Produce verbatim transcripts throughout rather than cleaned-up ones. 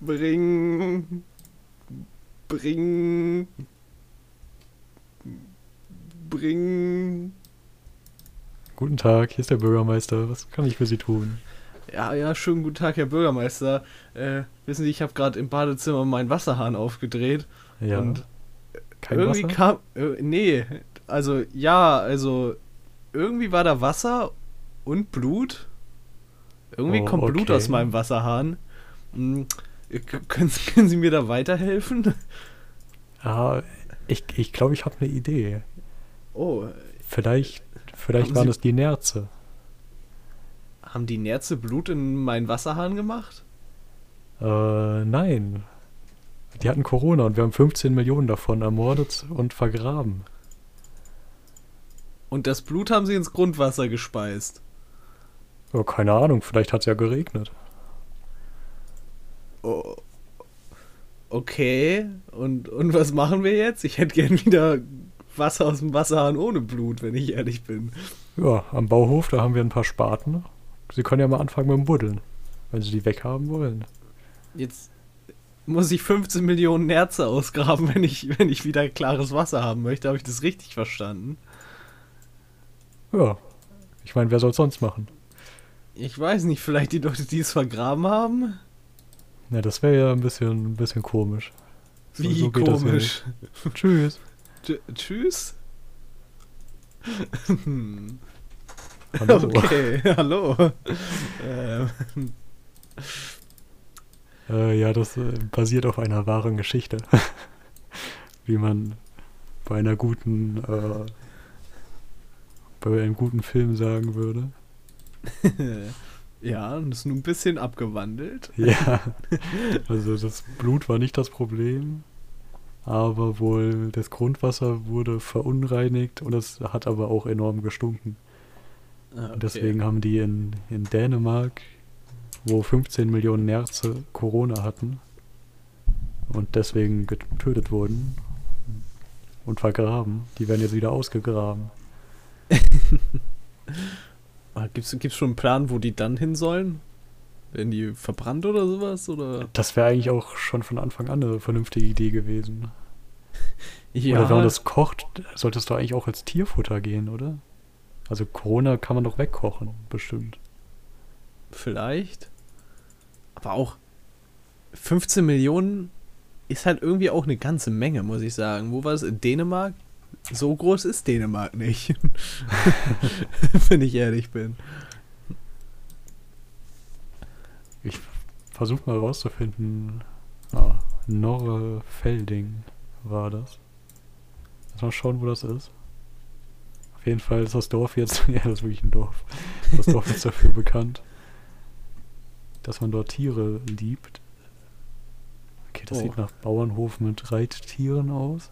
Bring. Bring. Bring. Guten Tag, hier ist der Bürgermeister. Was kann ich für Sie tun? Ja, ja, schönen guten Tag, Herr Bürgermeister. Äh, wissen Sie, ich habe gerade im Badezimmer meinen Wasserhahn aufgedreht Ja, und kein irgendwie Wasser? kam. Äh, nee, also ja, also irgendwie war da Wasser und Blut. Irgendwie Oh, kommt Blut aus okay. meinem Wasserhahn. Hm, k- können, können Sie mir da weiterhelfen? Ah, ich glaube, ich, glaub, ich habe eine Idee. Oh, Vielleicht, vielleicht haben waren Sie. es die Nerze. Haben die Nerze Blut in meinen Wasserhahn gemacht? Äh, nein. Die hatten Corona und wir haben fünfzehn Millionen davon ermordet und vergraben. Und das Blut haben Sie ins Grundwasser gespeist. Oh, keine Ahnung, vielleicht hat es ja geregnet. Oh, okay. Und, und was machen wir jetzt? Ich hätte gern wieder Wasser aus dem Wasserhahn ohne Blut, wenn ich ehrlich bin. Ja, am Bauhof, da haben wir ein paar Spaten. Sie können ja mal anfangen mit dem Buddeln, wenn Sie die weghaben wollen. Jetzt muss ich fünfzehn Millionen Nerze ausgraben, wenn ich, wenn ich wieder klares Wasser haben möchte. Habe ich das richtig verstanden? Ja, ich meine, wer soll es sonst machen? Ich weiß nicht, vielleicht die Leute, die es vergraben haben? Ja, das wäre ja ein bisschen, ein bisschen komisch. So, Wie so geht das ja komisch. nicht. Tschüss. Tsch- Tschüss? Hm. Hallo. Okay, hallo. Ähm, Äh, ja, das äh, basiert auf einer wahren Geschichte. Wie man bei einer guten, äh, bei einem guten Film sagen würde. ja, und ist nur ein bisschen abgewandelt. Ja, also das Blut war nicht das Problem, aber wohl das Grundwasser wurde verunreinigt und es hat aber auch enorm gestunken. Ah, Und okay. deswegen haben die in, in Dänemark, wo fünfzehn Millionen Nerze Corona hatten und deswegen getötet wurden und vergraben, die werden jetzt wieder ausgegraben. Ah, Gibt's, gibt's schon einen Plan, wo die dann hin sollen? Werden die verbrannt oder sowas? Oder? Das wäre eigentlich auch schon von Anfang an eine vernünftige Idee gewesen. Oder wenn man Ja, das kocht, sollte es doch eigentlich auch als Tierfutter gehen, oder? Also Corona kann man doch wegkochen, bestimmt. vielleicht. Aber auch fünfzehn Millionen ist halt irgendwie auch eine ganze Menge, muss ich sagen. Wo war es? In Dänemark? So groß ist Dänemark nicht. Wenn ich ehrlich bin. Ich versuche mal rauszufinden. Ah, Norre Felding war das. Lass mal schauen, wo das ist. Auf jeden Fall ist das Dorf jetzt, ja, das ist wirklich ein Dorf. Das Dorf ist dafür bekannt, dass man dort Tiere liebt. Okay, das Oh. sieht nach Bauernhof mit Reittieren aus.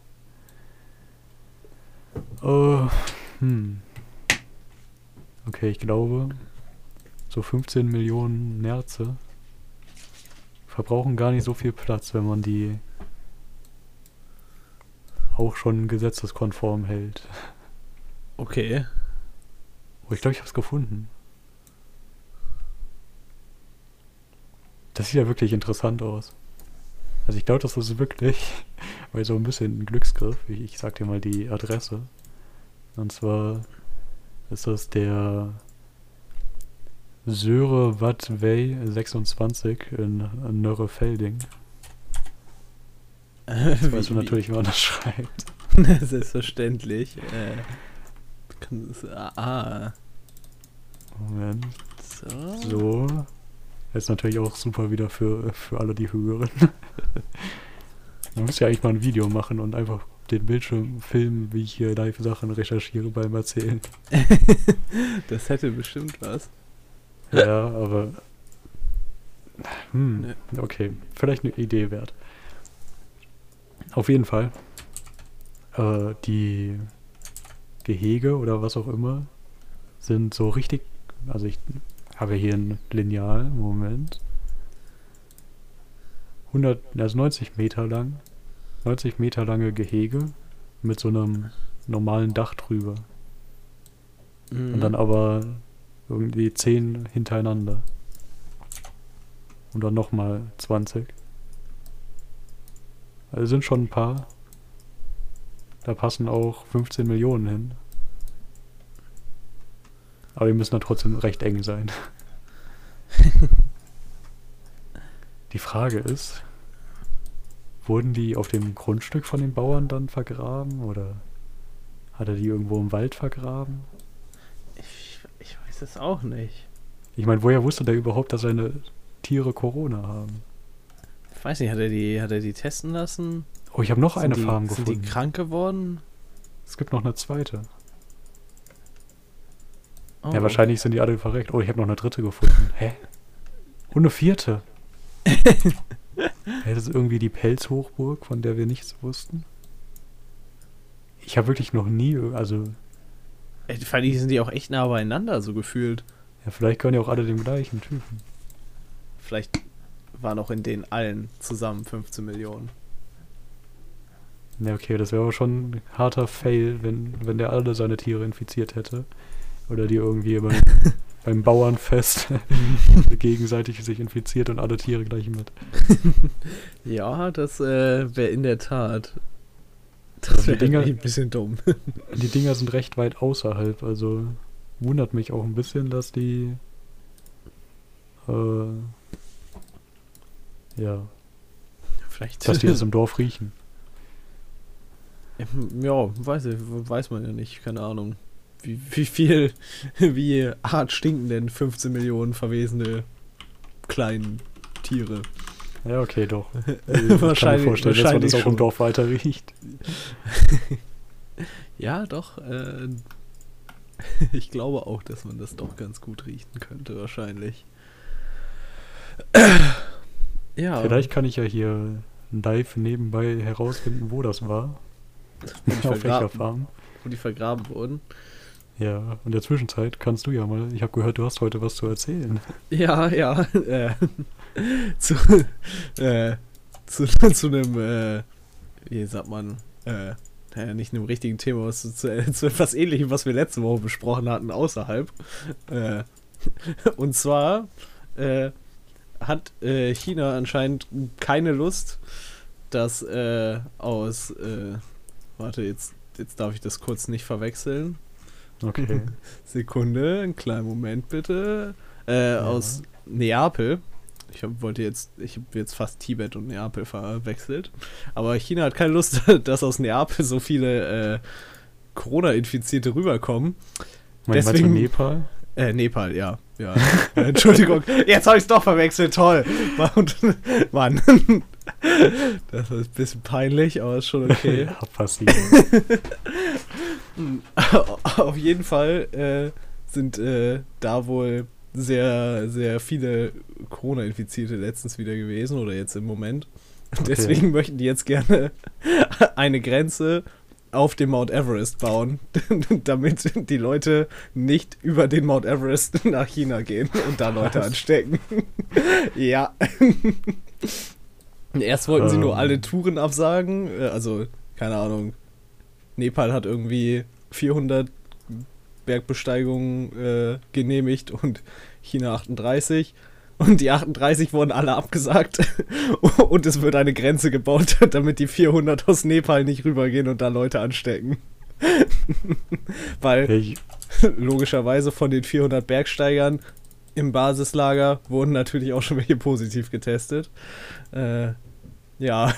Oh, hm. Okay, ich glaube, so fünfzehn Millionen Nerze verbrauchen gar nicht so viel Platz, wenn man die auch schon gesetzeskonform hält. Okay. Oh, ich glaube, ich habe es gefunden. Das sieht ja wirklich interessant aus. Also ich glaube, das ist wirklich, weil so ein bisschen ein Glücksgriff. Ich, ich sag dir mal die Adresse. Und zwar ist das der Söre Watt Way sechsundzwanzig in, in Nörrefelding. Jetzt weißt du natürlich, wie man das schreibt. Selbstverständlich. Äh, kann es- ah, Moment. so. So. Ist natürlich auch super wieder für, für alle, die hören. Man müsste ja eigentlich mal ein Video machen und einfach den Bildschirm filmen, wie ich hier live Sachen recherchiere beim Erzählen. Das hätte bestimmt was. Ja, aber. Hm, Ne. okay. Vielleicht eine Idee wert. Auf jeden Fall. Äh, die Gehege oder was auch immer sind so richtig. Also ich habe hier ein Lineal. Moment. hundert, also neunzig Meter lang. neunzig Meter lange Gehege mit so einem normalen Dach drüber. Mhm. Und dann aber irgendwie zehn hintereinander. Und dann nochmal zwanzig. Also sind schon ein paar. Da passen auch fünfzehn Millionen hin. Aber die müssen dann trotzdem recht eng sein. Die Frage ist, wurden die auf dem Grundstück von den Bauern dann vergraben oder hat er die irgendwo im Wald vergraben? Ich, ich weiß es auch nicht. Ich meine, woher wusste der überhaupt, dass seine Tiere Corona haben? Ich weiß nicht, hat er die, hat er die testen lassen? Oh, ich habe noch Sind eine die, Farm sind gefunden. die krank geworden? Es gibt noch eine zweite. Oh. Ja, wahrscheinlich sind die alle verreckt. Oh, ich habe noch eine dritte gefunden. Hä? Und eine vierte. Hä, das ist irgendwie die Pelzhochburg, von der wir nichts wussten. Ich habe wirklich noch nie, also, Ey, vor allem sind die auch echt nah beieinander, so gefühlt. ja, vielleicht gehören ja auch alle dem gleichen Typen. Vielleicht waren auch in denen allen zusammen fünfzehn Millionen. Ja, okay, das wäre aber schon ein harter Fail, wenn, wenn der alle seine Tiere infiziert hätte. Oder die irgendwie beim, beim Bauernfest gegenseitig sich infiziert und alle Tiere gleich mit. Ja, das äh, wäre in der Tat. Also Das die wäre Dinger- ein bisschen dumm. Die Dinger sind recht weit außerhalb, also wundert mich auch ein bisschen, dass die äh, ja, Vielleicht. dass die das im Dorf riechen. Ja, weiß, ich, weiß man ja nicht, keine Ahnung. Wie, wie viel, wie hart stinken denn fünfzehn Millionen verwesene kleinen Tiere? Ja, okay, doch. Also ich Wahrscheinlich- kann mir vorstellen, dass man das wahrscheinlich auch schon. im Dorf weiter riecht. Ja, doch. Äh, ich glaube auch, dass man das doch ganz gut riechen könnte, wahrscheinlich. Ja. Vielleicht kann ich ja hier live nebenbei herausfinden, wo das war. die Auf welcher vergraben, Farm. wo die vergraben wurden. Ja, und in der Zwischenzeit kannst du ja mal, ich habe gehört, du hast heute was zu erzählen. Ja, ja. Äh, zu, äh, zu, zu einem, äh, wie sagt man, äh, naja, nicht einem richtigen Thema, was zu, zu, zu etwas Ähnlichem, was wir letzte Woche besprochen hatten, außerhalb. Äh, und zwar äh, hat äh, China anscheinend keine Lust, dass äh, aus, äh, warte, jetzt, jetzt darf ich das kurz nicht verwechseln. Okay. Sekunde, einen kleinen Moment bitte. Äh, Ja. Aus Neapel. Ich hab, wollte jetzt, ich habe jetzt fast Tibet und Neapel verwechselt. Aber China hat keine Lust, dass aus Neapel so viele äh, Corona-Infizierte rüberkommen. Meinst du Deswegen- Nepal? Äh, Nepal, ja. ja. Äh, Entschuldigung, jetzt habe ich es doch verwechselt, toll. Und, Mann. Das ist ein bisschen peinlich, aber ist schon okay. Ja, passiert. Auf jeden Fall äh, sind äh, da wohl sehr, sehr viele Corona-Infizierte letztens wieder gewesen oder jetzt im Moment. Okay. Deswegen möchten die jetzt gerne eine Grenze auf dem Mount Everest bauen, damit die Leute nicht über den Mount Everest nach China gehen und da Leute Was? anstecken. Ja. Erst wollten sie nur Ähm. alle Touren absagen, äh, also keine Ahnung. Nepal hat irgendwie vierhundert Bergbesteigungen äh, genehmigt und China achtunddreißig. Und die achtunddreißig wurden alle abgesagt. Und es wird eine Grenze gebaut, damit die vierhundert aus Nepal nicht rübergehen und da Leute anstecken. Weil Ich, logischerweise von den vierhundert Bergsteigern im Basislager wurden natürlich auch schon welche positiv getestet. Äh, ja.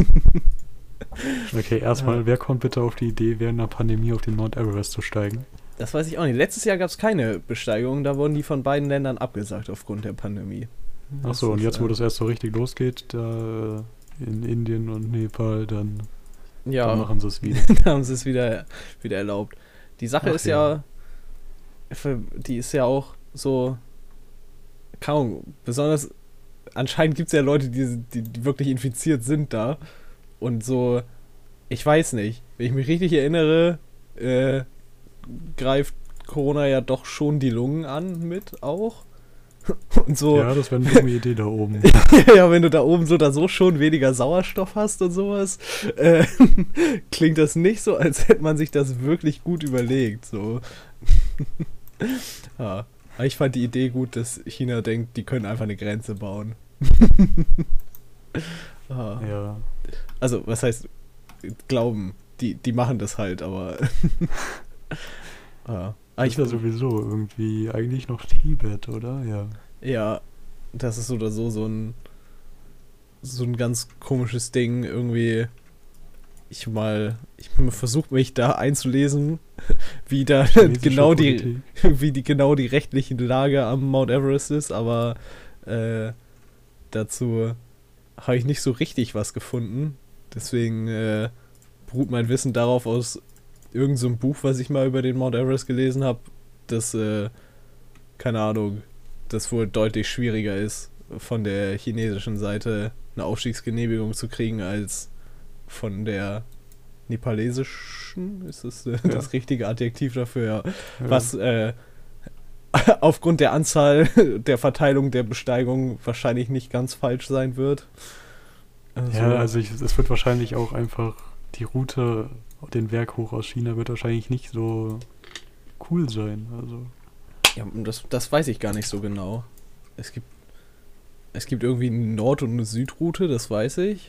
okay, erstmal, wer kommt bitte auf die Idee, während einer Pandemie auf den Mount Everest zu steigen? Das weiß ich auch nicht. Letztes Jahr gab es keine Besteigerung, da wurden die von beiden Ländern abgesagt aufgrund der Pandemie. Achso, und Das jetzt, ist, wo äh, das erst so richtig losgeht, da in Indien und Nepal, dann, dann Ja, machen sie es wieder. da haben sie es wieder, wieder erlaubt. Die Sache Ach ist ja. ja, für- die ist ja auch so, kaum, besonders, anscheinend gibt es ja Leute, die, die, die wirklich infiziert sind da. Und so, ich weiß nicht, wenn ich mich richtig erinnere, äh, greift Corona ja doch schon die Lungen an mit auch. Und so, Ja, das wäre eine dumme Idee da oben. ja, wenn du da oben so oder so schon weniger Sauerstoff hast und sowas, äh, klingt das nicht so, als hätte man sich das wirklich gut überlegt. So. Ja, aber ich fand die Idee gut, dass China denkt, die können einfach eine Grenze bauen. Ah. Ja. Also, was heißt glauben? Die, die machen das halt, aber. ah. Ah, Das ich, ist ja sowieso irgendwie eigentlich noch Tibet, oder? Ja. ja, das ist so oder so so ein so ein ganz komisches Ding irgendwie. Ich mal, ich versuche mich da einzulesen, wie da Chinesische genau die, Politik. wie die genau die rechtliche Lage am Mount Everest ist, aber äh, dazu habe ich nicht so richtig was gefunden. Deswegen äh, beruht mein Wissen darauf aus irgend so einem Buch, was ich mal über den Mount Everest gelesen habe, dass, äh, keine Ahnung, das wohl deutlich schwieriger ist, von der chinesischen Seite eine Aufstiegsgenehmigung zu kriegen, als von der nepalesischen, ist das äh, Ja. das richtige Adjektiv dafür, ja. Ja. Was äh, aufgrund der Anzahl der Verteilung der Besteigung wahrscheinlich nicht ganz falsch sein wird. Also, Ja, also ich, es wird wahrscheinlich auch einfach die Route, den Berg hoch aus China wird wahrscheinlich nicht so cool sein. Also ja, das, das weiß ich gar nicht so genau. Es gibt, es gibt irgendwie eine Nord- und eine Südroute, das weiß ich.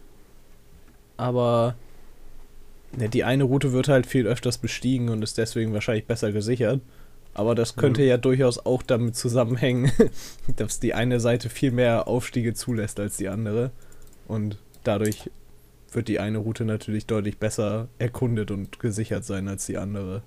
Aber ne, die eine Route wird halt viel öfters bestiegen und ist deswegen wahrscheinlich besser gesichert. Aber das könnte Ja. ja durchaus auch damit zusammenhängen, dass die eine Seite viel mehr Aufstiege zulässt als die andere. Und dadurch wird die eine Route natürlich deutlich besser erkundet und gesichert sein als die andere.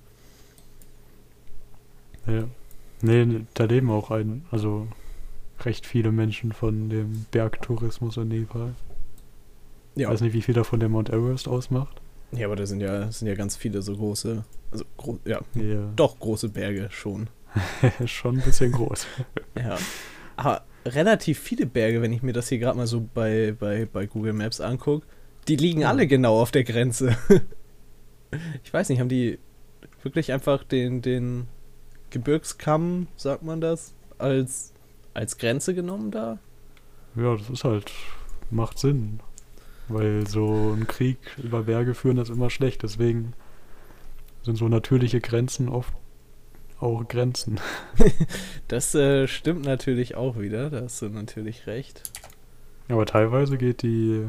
ja. Nee, da leben auch ein, also recht viele Menschen von dem Bergtourismus in Nepal. Ich Ja, weiß nicht, wie viel davon der Mount Everest ausmacht. ja, aber da sind ja, sind ja ganz viele so große, also gro- ja, Ja. doch große Berge schon. Schon ein bisschen groß. Ja. Aber relativ viele Berge, wenn ich mir das hier gerade mal so bei, bei, bei Google Maps angucke, die liegen Ja. alle genau auf der Grenze. Ich weiß nicht, haben die wirklich einfach den, den Gebirgskamm, sagt man das, als, als Grenze genommen da? Ja, das ist halt, macht Sinn. Weil so ein Krieg über Berge führen, das ist immer schlecht. Deswegen sind so natürliche Grenzen oft auch Grenzen. Das äh, stimmt natürlich auch wieder, da hast du natürlich recht. Aber teilweise geht die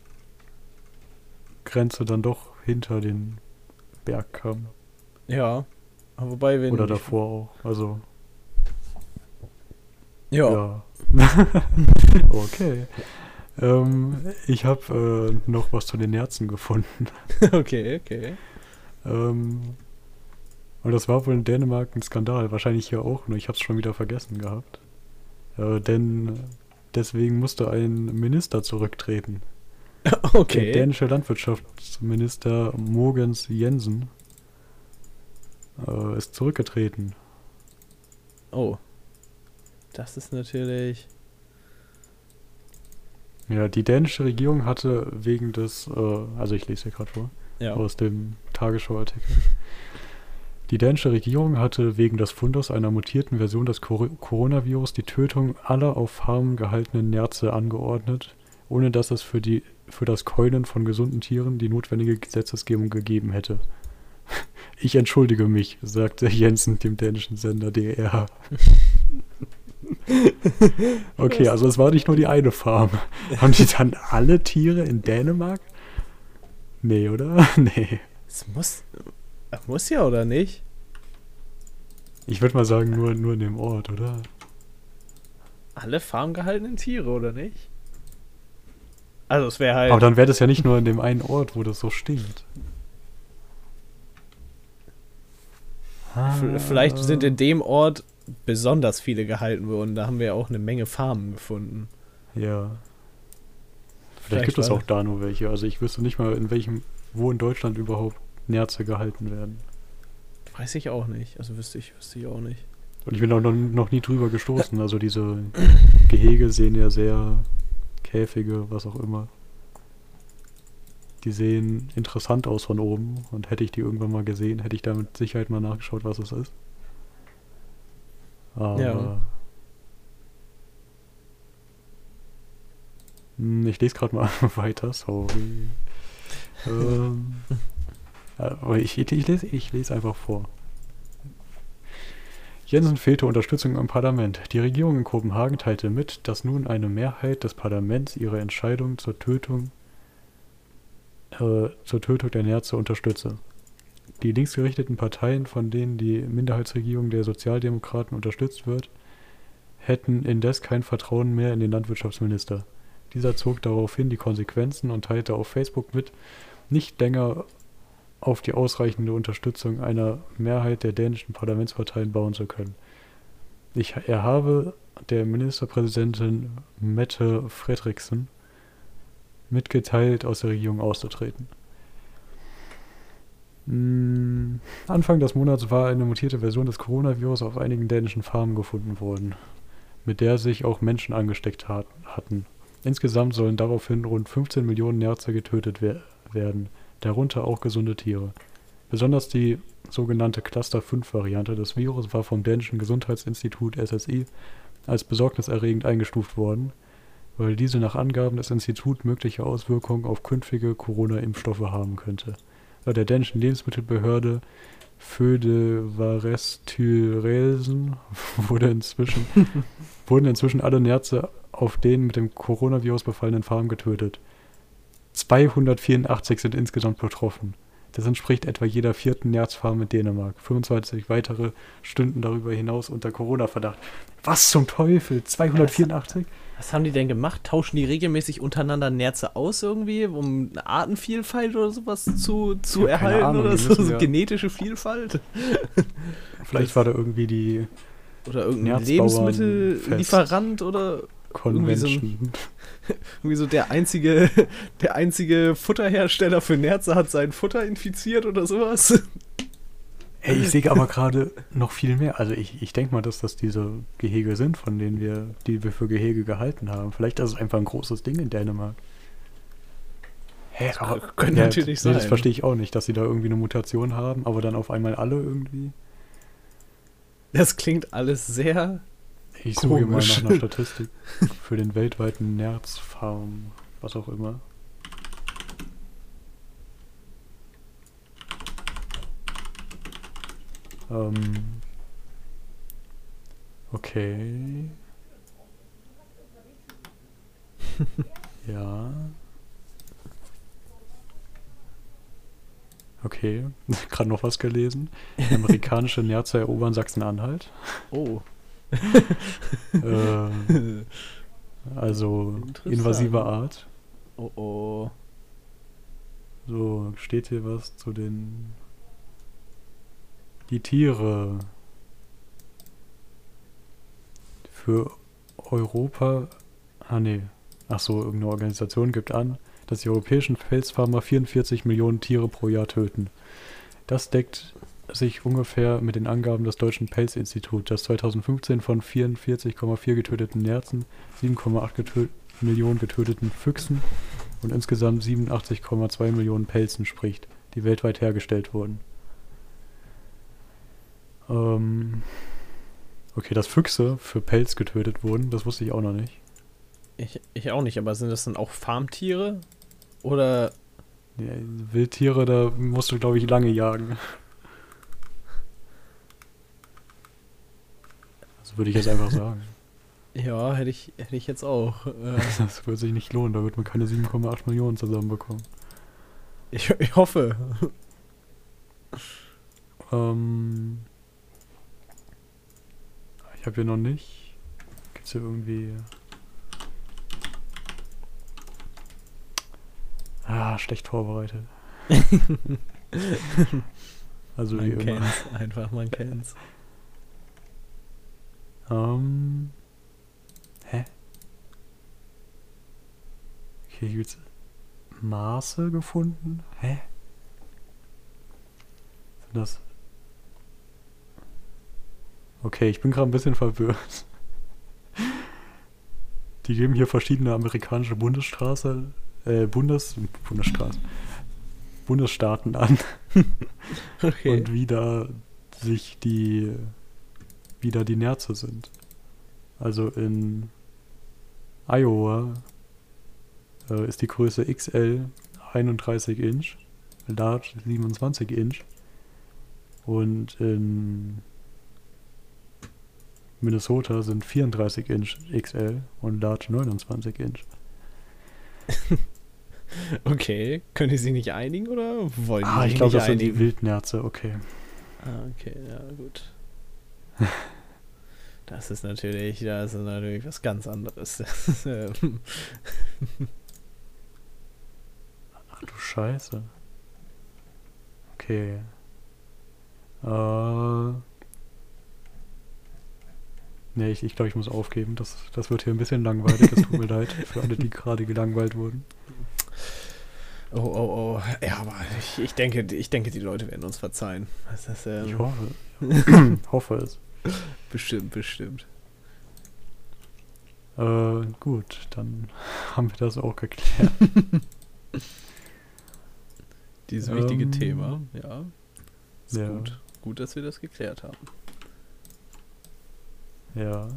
Grenze dann doch hinter den Bergkamm. Ja, aber wobei, wenn... Oder ich- davor auch. Also, Ja, ja. Okay. Ähm, ich habe äh, noch was zu den Nerzen gefunden. okay, okay. Ähm, und das war wohl in Dänemark ein Skandal. Wahrscheinlich hier auch, nur ich habe es schon wieder vergessen gehabt. Äh, denn deswegen musste ein Minister zurücktreten. Der Okay. dänische Landwirtschaftsminister Mogens Jensen äh, ist zurückgetreten. Oh. Das ist natürlich... Ja, die dänische Regierung hatte wegen des, äh, also ich lese hier gerade vor, Ja. aus dem Tagesschau-Artikel. Die dänische Regierung hatte wegen des Fundes einer mutierten Version des Cor- Coronavirus die Tötung aller auf Farmen gehaltenen Nerze angeordnet, ohne dass es für, die, für das Keulen von gesunden Tieren die notwendige Gesetzesgebung gegeben hätte. Ich entschuldige mich, sagte Jensen dem dänischen Sender D E R. Okay, also es war nicht nur die eine Farm. Haben die dann alle Tiere in Dänemark? Nee, oder? Nee. Es muss... Muss ja, oder nicht? Ich würde mal sagen, nur, nur in dem Ort, oder? Alle farmgehaltenen Tiere, oder nicht? Also es wäre halt... Aber dann wäre das ja nicht nur in dem einen Ort, wo das so stinkt. v- Vielleicht sind in dem Ort besonders viele gehalten worden. Da haben wir ja auch eine Menge Farmen gefunden. Ja. Vielleicht, Vielleicht gibt es war- auch da nur welche. Also ich wüsste nicht mal, in welchem, wo in Deutschland überhaupt Nerze gehalten werden. Weiß ich auch nicht. Also wüsste ich, wüsste ich auch nicht. Und ich bin auch noch, noch nie drüber gestoßen. Also diese Gehege sehen ja sehr Käfige, was auch immer. Die sehen interessant aus von oben. Und hätte ich die irgendwann mal gesehen, hätte ich da mit Sicherheit mal nachgeschaut, was es ist. Aber Ja. Hm, ich lese gerade mal weiter, sorry. ähm, ja, aber ich, ich, ich, lese, ich lese einfach vor. Jensen fehlte Unterstützung im Parlament. Die Regierung in Kopenhagen teilte mit, dass nun eine Mehrheit des Parlaments ihre Entscheidung zur Tötung, äh, zur Tötung der Nerze unterstütze. Die linksgerichteten Parteien, von denen die Minderheitsregierung der Sozialdemokraten unterstützt wird, hätten indes kein Vertrauen mehr in den Landwirtschaftsminister. Dieser zog daraufhin die Konsequenzen und teilte auf Facebook mit, nicht länger auf die ausreichende Unterstützung einer Mehrheit der dänischen Parlamentsparteien bauen zu können. Ich, er habe der Ministerpräsidentin Mette Frederiksen mitgeteilt, aus der Regierung auszutreten. Mm, Anfang des Monats war eine mutierte Version des Coronavirus auf einigen dänischen Farmen gefunden worden, mit der sich auch Menschen angesteckt hat, hatten. Insgesamt sollen daraufhin rund fünfzehn Millionen Nerze getötet wer- werden. Darunter auch gesunde Tiere. Besonders die sogenannte Cluster fünf Variante des Virus war vom dänischen Gesundheitsinstitut S S I als besorgniserregend eingestuft worden, weil diese nach Angaben des Instituts mögliche Auswirkungen auf künftige Corona-Impfstoffe haben könnte. Laut der dänischen Lebensmittelbehörde Fødevarestyrelsen wurde inzwischen, wurden inzwischen alle Nerze auf den mit dem Coronavirus befallenen Farmen getötet. zweihundertvierundachtzig sind insgesamt betroffen. Das entspricht etwa jeder vierten Nerzfarm in Dänemark. fünfundzwanzig weitere stünden darüber hinaus unter Corona-Verdacht. Was zum Teufel? zweihundertvierundachtzig? Was haben die denn gemacht? Tauschen die regelmäßig untereinander Nerze aus irgendwie, um eine Artenvielfalt oder sowas zu, zu Ja, keine erhalten Ahnung, oder die so? müssen So ja- genetische Vielfalt? Vielleicht war da irgendwie die Oder irgendein Nerzbauern Lebensmittellieferant oder Convention. irgendwie so der einzige, der einzige Futterhersteller für Nerze hat sein Futter infiziert oder sowas? Ey, ich sehe aber gerade noch viel mehr. Also ich, ich denke mal, dass das diese Gehege sind, von denen wir, die wir für Gehege gehalten haben. Vielleicht ist es einfach ein großes Ding in Dänemark. Hä, Das aber könnte natürlich nee, sein. Das verstehe ich auch nicht, dass sie da irgendwie eine Mutation haben, aber dann auf einmal alle irgendwie. Das klingt alles sehr... Ich suche mal Komisch. nach einer Statistik für den weltweiten Nerzfarm, was auch immer. Ähm. Okay. Ja. Okay, gerade noch was gelesen. Amerikanische Nerze erobern Sachsen-Anhalt. Oh. Äh, also Interessant. invasive Art. Oh oh. So, steht hier was zu den... Die Tiere für Europa... Ah nee. Ach so, irgendeine Organisation gibt an, dass die europäischen Pelzfarmer vierundvierzig Millionen Tiere pro Jahr töten. Das deckt sich ungefähr mit den Angaben des Deutschen Pelzinstituts, das zweitausendfünfzehn von vierundvierzig Komma vier getöteten Nerzen, sieben Komma acht getö- Millionen getöteten Füchsen und insgesamt siebenundachtzig Komma zwei Millionen Pelzen spricht, die weltweit hergestellt wurden. Ähm okay, dass Füchse für Pelz getötet wurden, das wusste ich auch noch nicht. Ich, ich auch nicht, aber sind das dann auch Farmtiere? Oder... Ja, Wildtiere, da musst du, glaube ich, lange jagen. Das würde ich jetzt einfach sagen. Ja, hätte ich, hätte ich jetzt auch. Äh, Das würde sich nicht lohnen, da wird man keine sieben Komma acht Millionen zusammenbekommen. ich, ich hoffe. Ähm, ich habe hier noch nicht. Gibt's hier irgendwie... Ah, schlecht vorbereitet. Also wie Man immer. kennt's einfach, man kennt's. Ähm. Hä? Okay, hier gibt's Maße gefunden. Hä? Sind das... Okay, ich bin gerade ein bisschen verwirrt. Die geben hier verschiedene amerikanische Bundesstraße, äh, Bundes... Bundesstraße. Bundesstaaten an. Okay. Und wie da sich die... wie da die Nerze sind. Also in Iowa äh, ist die Größe X L einunddreißig Inch, Large siebenundzwanzig Inch und in Minnesota sind vierunddreißig Inch X L und Large neunundzwanzig Inch. Okay, können die sich nicht einigen oder wollen die Ah, sich ich glaube, nicht das sind die einigen? Wildnerze, okay. Ah, okay, ja, gut. Das ist natürlich, das ist natürlich was ganz anderes. Das ist, ähm, Ach du Scheiße. Okay. Äh. Nee, ich, ich glaube, ich muss aufgeben. Das, das wird hier ein bisschen langweilig. Es tut mir leid für alle, die gerade gelangweilt wurden. oh, oh, oh. Ja, aber ich, ich, denke, ich denke, die Leute werden uns verzeihen. Das ist, ähm, Ich hoffe. hoffe es. Bestimmt, bestimmt. Äh, gut, dann haben wir das auch geklärt. Dieses wichtige Ähm, Thema, ja. Ist ja. gut. Gut, dass wir das geklärt haben. Ja.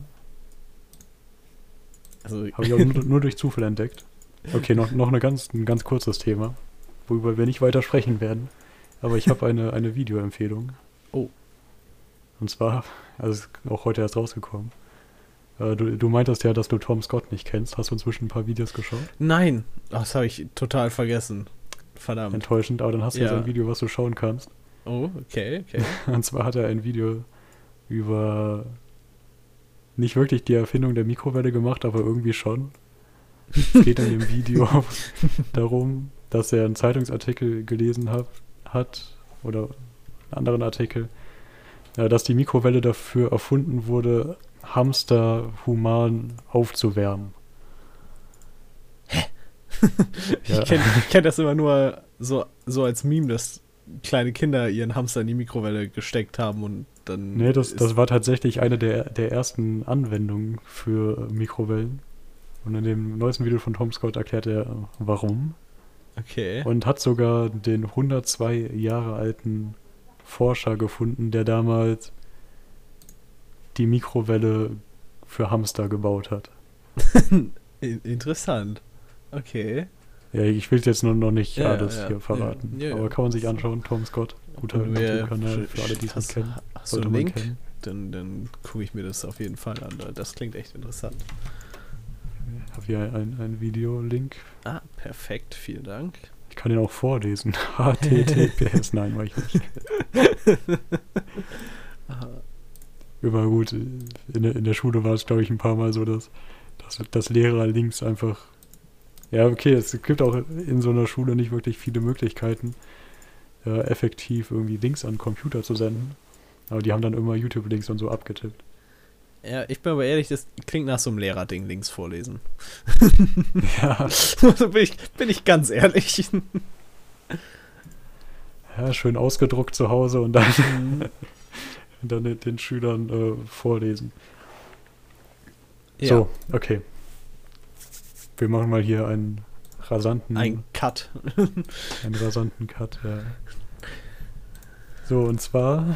Also, Habe ich auch nur, nur durch Zufall entdeckt. Okay, noch, noch eine ganz, ein ganz kurzes Thema, worüber wir nicht weiter sprechen werden. Aber ich habe eine, eine Videoempfehlung. Oh. Und zwar, also ist auch heute erst rausgekommen. Äh, du, du meintest ja, dass du Tom Scott nicht kennst. Hast du inzwischen ein paar Videos geschaut? nein, das habe ich total vergessen. Verdammt. Enttäuschend, aber dann hast du Ja. jetzt ein Video, was du schauen kannst. Oh, okay, okay. Und zwar hat er ein Video über nicht wirklich die Erfindung der Mikrowelle gemacht, aber irgendwie schon. Es geht in dem Video darum, dass er einen Zeitungsartikel gelesen hat, hat oder einen anderen Artikel, äh, dass die Mikrowelle dafür erfunden wurde, Hamster human aufzuwärmen. Ich Ja. kenne kenn das immer nur so, so als Meme, dass kleine Kinder ihren Hamster in die Mikrowelle gesteckt haben und dann. Nee, das, ist- das war tatsächlich eine der, der ersten Anwendungen für Mikrowellen. Und in dem neuesten Video von Tom Scott erklärt er, äh, warum. Okay. Und hat sogar den hundertzwei Jahre alten Forscher gefunden, der damals die Mikrowelle für Hamster gebaut hat. In- Interessant. Okay. Ja, ich will jetzt nur noch nicht Ja, alles ja, hier verraten. ja, ja, aber ja. kann man sich anschauen, Tom Scott. Guter Und wer- YouTube-Kanal für alle, die es nicht hast, kennen. hast du Sollte einen man Link? kennen. Dann, dann gucke ich mir das auf jeden Fall an. Das klingt echt interessant. Ich habe hier ein, ein Video-Link. Ah, perfekt. Vielen Dank. Ich kann den auch vorlesen. H T T P S. Nein, mach ich nicht. Aha. Immer gut. In der, in der Schule war es, glaube ich, ein paar Mal so, dass, dass, dass Lehrer Links einfach. Ja, okay, es gibt auch in so einer Schule nicht wirklich viele Möglichkeiten, äh, effektiv irgendwie Links an den Computer zu senden. Aber die haben dann immer YouTube-Links und so abgetippt. Ja, ich bin aber ehrlich, das klingt nach so einem Lehrerding, Links vorlesen. Ja, Also bin ich, bin ich ganz ehrlich. ja, schön ausgedruckt zu Hause und dann, Mhm. dann den, den Schülern äh, vorlesen. Ja, So, okay. Wir machen mal hier einen rasanten, ein Cut. einen rasanten Cut. Ja. So, und zwar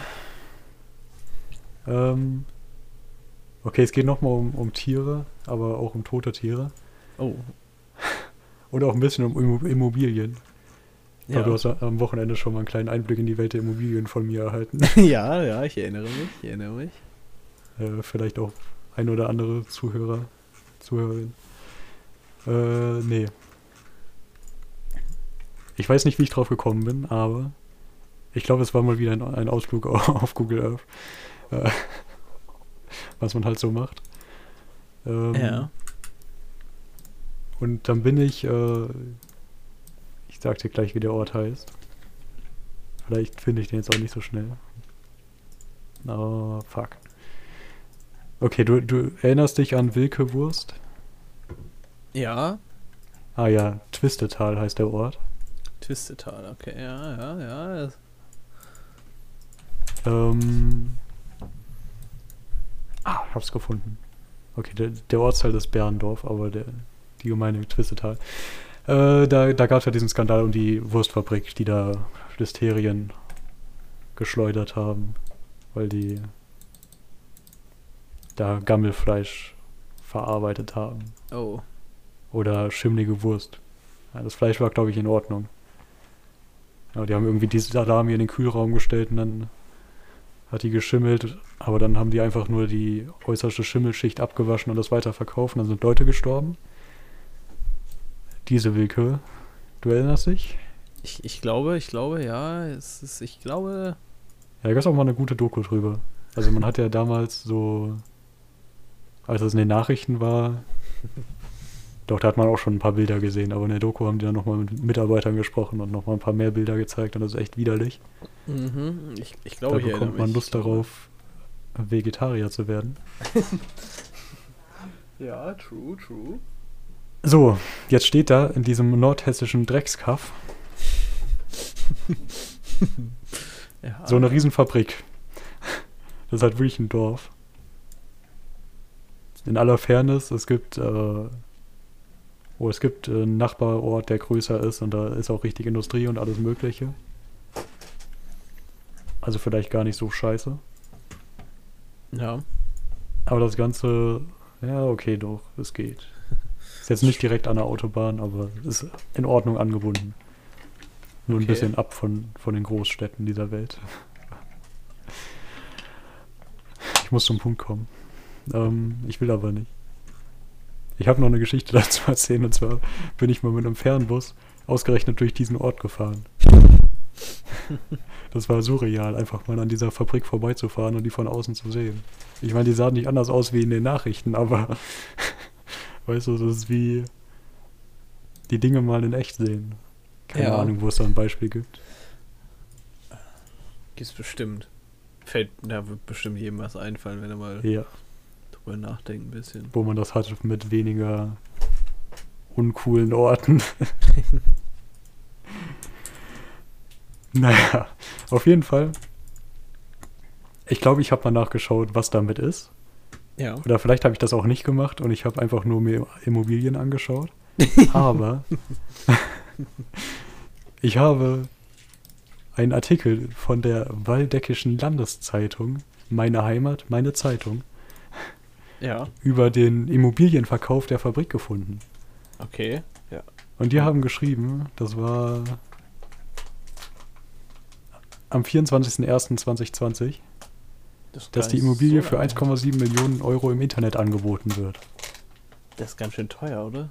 ähm, okay, es geht nochmal um, um Tiere, aber auch um tote Tiere. Oh, Und auch ein bisschen um Immo- Immobilien. ja. Aber du hast am Wochenende schon mal einen kleinen Einblick in die Welt der Immobilien von mir erhalten. ja, ja, ich erinnere mich, ich erinnere mich. Äh, vielleicht auch ein oder andere Zuhörer, Zuhörerin. Äh, nee. Ich weiß nicht, wie ich drauf gekommen bin, aber ich glaube, es war mal wieder ein, ein Ausflug auf Google Earth. Äh, was man halt so macht. Ähm, Ja. Und dann bin ich, äh, ich sag dir gleich, wie der Ort heißt. Vielleicht finde ich den jetzt auch nicht so schnell. Oh, fuck. Okay, du, du erinnerst dich an Wilke Wurst? Ja, Ah ja, Twistetal heißt der Ort. Twistetal, okay, ja, ja, ja. das- Ähm. Ah, ich hab's gefunden. Okay, der, der Ortsteil ist Berndorf, aber der, die Gemeinde Twistetal. Äh, da da gab es ja diesen Skandal um die Wurstfabrik, die da Listerien geschleudert haben, weil die da Gammelfleisch verarbeitet haben. Oh, Oder schimmlige Wurst. Ja, das Fleisch war, glaube ich, in Ordnung. Ja, die haben irgendwie diese Salami in den Kühlraum gestellt und dann hat die geschimmelt, aber dann haben die einfach nur die äußerste Schimmelschicht abgewaschen und das weiterverkauft. Dann sind Leute gestorben. Diese Willkür. Du erinnerst dich? Ich, ich glaube, ich glaube, ja, es ist, ich glaube... Ja, da gab es auch mal eine gute Doku drüber. Also man hat ja damals so, als es in den Nachrichten war, doch, da hat man auch schon ein paar Bilder gesehen, aber in der Doku haben die dann nochmal mit Mitarbeitern gesprochen und nochmal ein paar mehr Bilder gezeigt und das ist echt widerlich. Mhm, ich, ich Da glaube, ich bekommt man mich. Lust darauf, Vegetarier zu werden. Ja, true, true. So, jetzt steht da in diesem nordhessischen Dreckskaff Ja, so eine Riesenfabrik. Das ist halt wirklich ein Dorf. In aller Fairness, es gibt, äh, oh, es gibt einen Nachbarort, der größer ist und da ist auch richtig Industrie und alles Mögliche. Also vielleicht gar nicht so scheiße. ja. Aber das Ganze, ja, okay, doch, es geht. Ist jetzt nicht direkt an der Autobahn, aber ist in Ordnung angebunden. Nur ein Okay. bisschen ab von, von den Großstädten dieser Welt. Ich muss zum Punkt kommen. Ähm, ich will aber nicht. Ich habe noch eine Geschichte dazu erzählen, und zwar bin ich mal mit einem Fernbus ausgerechnet durch diesen Ort gefahren. Das war surreal, einfach mal an dieser Fabrik vorbeizufahren und die von außen zu sehen. Ich meine, die sahen nicht anders aus wie in den Nachrichten, aber weißt du, das ist wie die Dinge mal in echt sehen. Keine Ja. Ahnung, wo es da ein Beispiel gibt. Gibt's bestimmt. Fällt, da wird bestimmt jedem was einfallen, wenn er mal Ja, drüber nachdenkt ein bisschen. wo man das hat mit weniger uncoolen Orten. Naja, auf jeden Fall. Ich glaube, ich habe mal nachgeschaut, was damit ist. Ja. Oder vielleicht habe ich das auch nicht gemacht und ich habe einfach nur mir Immobilien angeschaut. Aber ich habe einen Artikel von der Waldeckischen Landeszeitung, meine Heimat, meine Zeitung, Ja, über den Immobilienverkauf der Fabrik gefunden. okay. Ja. Und die haben geschrieben, das war am vierundzwanzigsten ersten zweitausendzwanzig, Das ist dass gar die nicht Immobilie so für lange. eins Komma sieben Millionen Euro im Internet angeboten wird. Das ist ganz schön teuer, oder?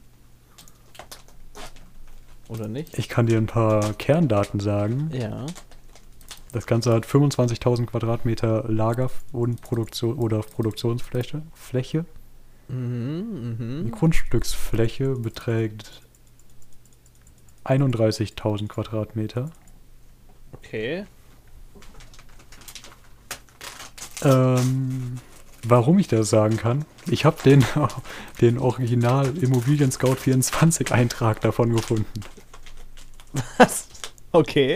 Oder nicht? Ich kann dir ein paar Kerndaten sagen. Ja. Das Ganze hat fünfundzwanzigtausend Quadratmeter Lager- und Produktion oder Produktionsfläche. Fläche. Mhm, Die mhm. Grundstücksfläche beträgt einunddreißigtausend Quadratmeter. Okay. Ähm, warum ich das sagen kann? Ich habe den, den Original Immobilien Scout vierundzwanzig Eintrag davon gefunden. Was? Okay.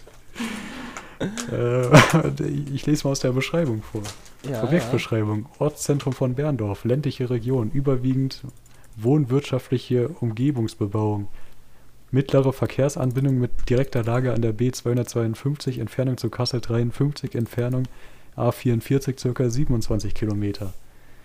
Äh, ich lese mal aus der Beschreibung vor. Ja. Objektbeschreibung. Ortszentrum von Berndorf, ländliche Region, überwiegend wohnwirtschaftliche Umgebungsbebauung. Mittlere Verkehrsanbindung mit direkter Lage an der B zweihundertzweiundfünfzig, Entfernung zu Kassel dreiundfünfzig, Entfernung A vierundvierzig, circa siebenundzwanzig Kilometer.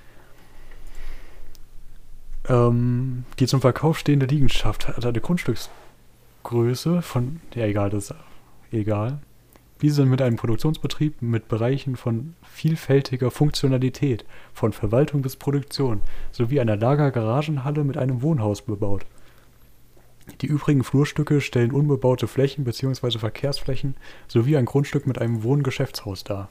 Ähm, die zum Verkauf stehende Liegenschaft hat eine Grundstücksgröße von, ja egal, das ist egal. Diese sind mit einem Produktionsbetrieb mit Bereichen von vielfältiger Funktionalität, von Verwaltung bis Produktion, sowie einer Lager-Garagenhalle mit einem Wohnhaus bebaut. Die übrigen Flurstücke stellen unbebaute Flächen bzw. Verkehrsflächen sowie ein Grundstück mit einem Wohngeschäftshaus dar.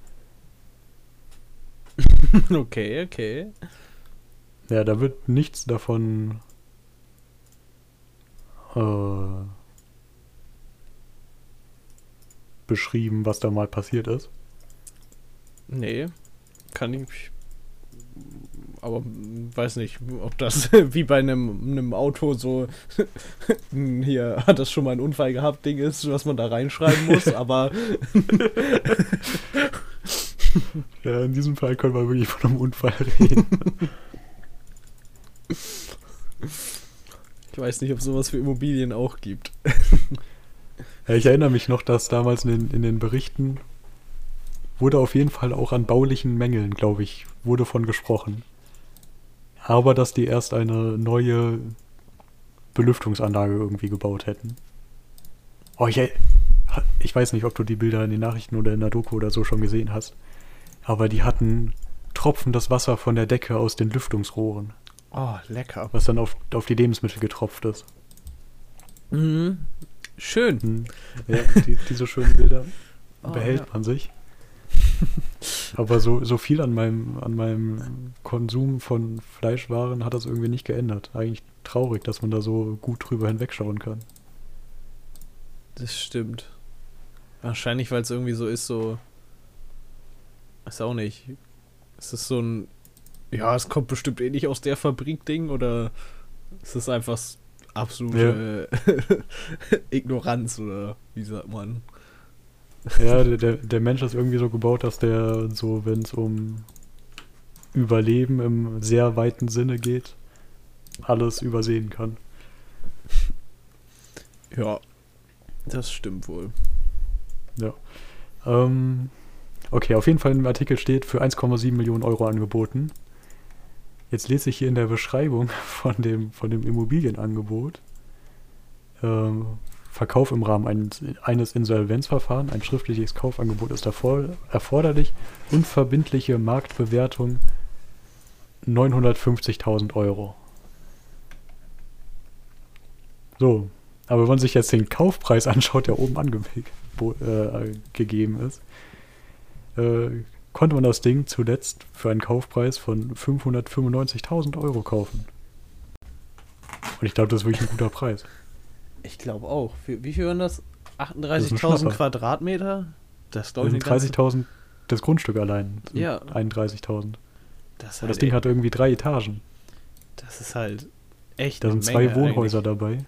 Okay, okay. Ja, da wird nichts davon äh, beschrieben, was da mal passiert ist. Nee. Kann ich. Aber mm, weiß nicht, ob das wie bei einem, einem Auto so hier hat das schon mal einen Unfall gehabt, Ding ist, was man da reinschreiben muss, aber Ja, in diesem Fall können wir wirklich von einem Unfall reden. ich weiß nicht, ob sowas für Immobilien auch gibt. Ja, ich erinnere mich noch, dass damals in den, in den Berichten wurde auf jeden Fall auch an baulichen Mängeln, glaube ich, wurde von gesprochen. Aber dass die erst eine neue Belüftungsanlage irgendwie gebaut hätten. Oh, ich, er- ich weiß nicht, ob du die Bilder in den Nachrichten oder in der Doku oder so schon gesehen hast, aber die hatten tropfendes Wasser von der Decke aus den Lüftungsrohren. Oh, lecker. Was dann auf, auf die Lebensmittel getropft ist. Mhm. Schön. Hm. Ja, die, diese schönen Bilder Oh, behält ja. man sich. Aber so, so viel an meinem, an meinem Konsum von Fleischwaren hat das irgendwie nicht geändert. Eigentlich traurig, dass man da so gut drüber hinwegschauen kann. Das stimmt. Wahrscheinlich, weil es irgendwie so ist, so. Ist auch nicht. Ist es so ein. Ja, es kommt bestimmt eh nicht aus der Fabrik-Ding oder ist es einfach s- absolute Ignoranz oder wie sagt man? Ja, der, der der Mensch ist irgendwie so gebaut, dass der so, wenn es um Überleben im sehr weiten Sinne geht, alles übersehen kann. Ja, das stimmt wohl. Ja. Ähm, okay, auf jeden Fall im Artikel steht für eins Komma sieben Millionen Euro angeboten. Jetzt lese ich hier in der Beschreibung von dem, von dem Immobilienangebot. Ähm, Verkauf im Rahmen eines, eines Insolvenzverfahrens. Ein schriftliches Kaufangebot ist erfor erforderlich. Unverbindliche Marktbewertung neunhundertfünfzigtausend Euro. So, aber wenn man sich jetzt den Kaufpreis anschaut, der oben angegeben äh, gegeben ist, äh, konnte man das Ding zuletzt für einen Kaufpreis von fünfhundertfünfundneunzigtausend Euro kaufen. Und ich glaube, das ist wirklich ein guter Preis. Ich glaube auch. Für, wie viel waren das? Das ist ein achtunddreißigtausend Schnapper. Quadratmeter? Das glaube Das ich eine sind ganze... dreißigtausend, das Grundstück allein sind Ja. einunddreißigtausend. Das, ist Und das halt Ding e- hat irgendwie drei Etagen. das ist halt echt Da eine sind zwei Menge Wohnhäuser dabei.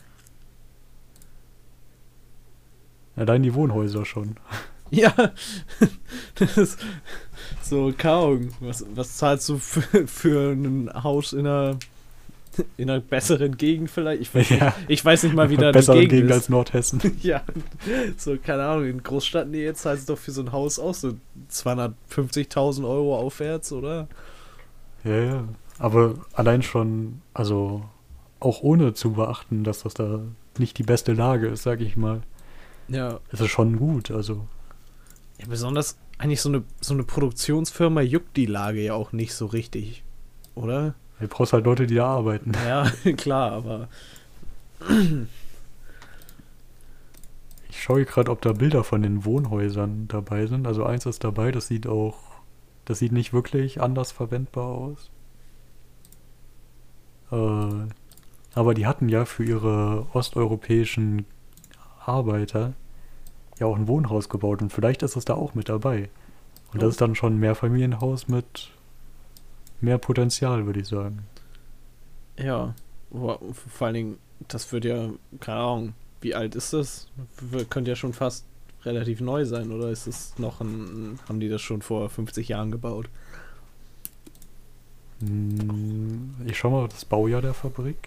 Allein die Wohnhäuser schon. Ja, das ist so kaum. Was, was zahlst du für, für ein Haus in einer, in einer besseren Gegend vielleicht? Ich weiß, Ja. nicht, ich weiß nicht mal, wie da die Bessere Gegend, Gegend ist. als Nordhessen. Ja, so, keine Ahnung, in Großstadtnähe zahlst du doch für so ein Haus auch so zweihundertfünfzigtausend Euro aufwärts, oder? Ja, ja. Aber allein schon, also auch ohne zu beachten, dass das da nicht die beste Lage ist, sag ich mal, Ja. ist es schon gut. Also, Ja, besonders eigentlich so eine, so eine Produktionsfirma juckt die Lage ja auch nicht so richtig, oder? du brauchst halt Leute, die da arbeiten. Ja, klar, aber Ich schaue gerade, ob da Bilder von den Wohnhäusern dabei sind. Also eins ist dabei, das sieht auch, das sieht nicht wirklich anders verwendbar aus. Äh, aber die hatten ja für ihre osteuropäischen Arbeiter ja auch ein Wohnhaus gebaut und vielleicht ist es da auch mit dabei. Und Oh. das ist dann schon ein Mehrfamilienhaus mit mehr Potenzial, würde ich sagen. ja, wo- vor allen Dingen, das wird ja, keine Ahnung, wie alt ist das? W- Könnte ja schon fast relativ neu sein, oder ist es noch ein, haben die das schon vor fünfzig Jahren gebaut? Hm, Ich schau mal das Baujahr der Fabrik.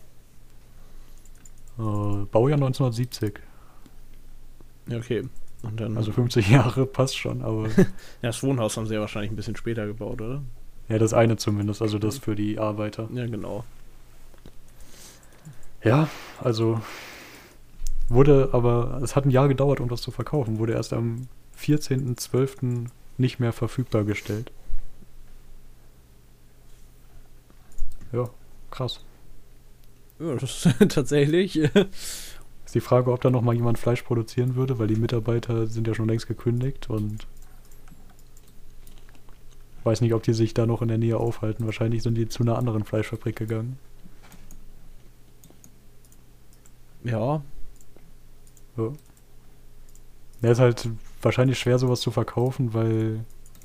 Äh, Baujahr neunzehnhundertsiebzig. Ja, okay. Und dann, Also fünfzig Jahre passt schon, aber ja, das Wohnhaus haben sie ja wahrscheinlich ein bisschen später gebaut, oder? ja, das eine zumindest, also das für die Arbeiter. Ja, genau. Ja, also wurde aber, es hat ein Jahr gedauert, um das zu verkaufen, wurde erst am vierzehnten zwölften nicht mehr verfügbar gestellt. Ja, krass. Ja, das ist tatsächlich. Ist die Frage, ob da noch mal jemand Fleisch produzieren würde, weil die Mitarbeiter sind ja schon längst gekündigt und weiß nicht, ob die sich da noch in der Nähe aufhalten. Wahrscheinlich sind die zu einer anderen Fleischfabrik gegangen. Ja, Ja. Ja, ist halt wahrscheinlich schwer, sowas zu verkaufen, weil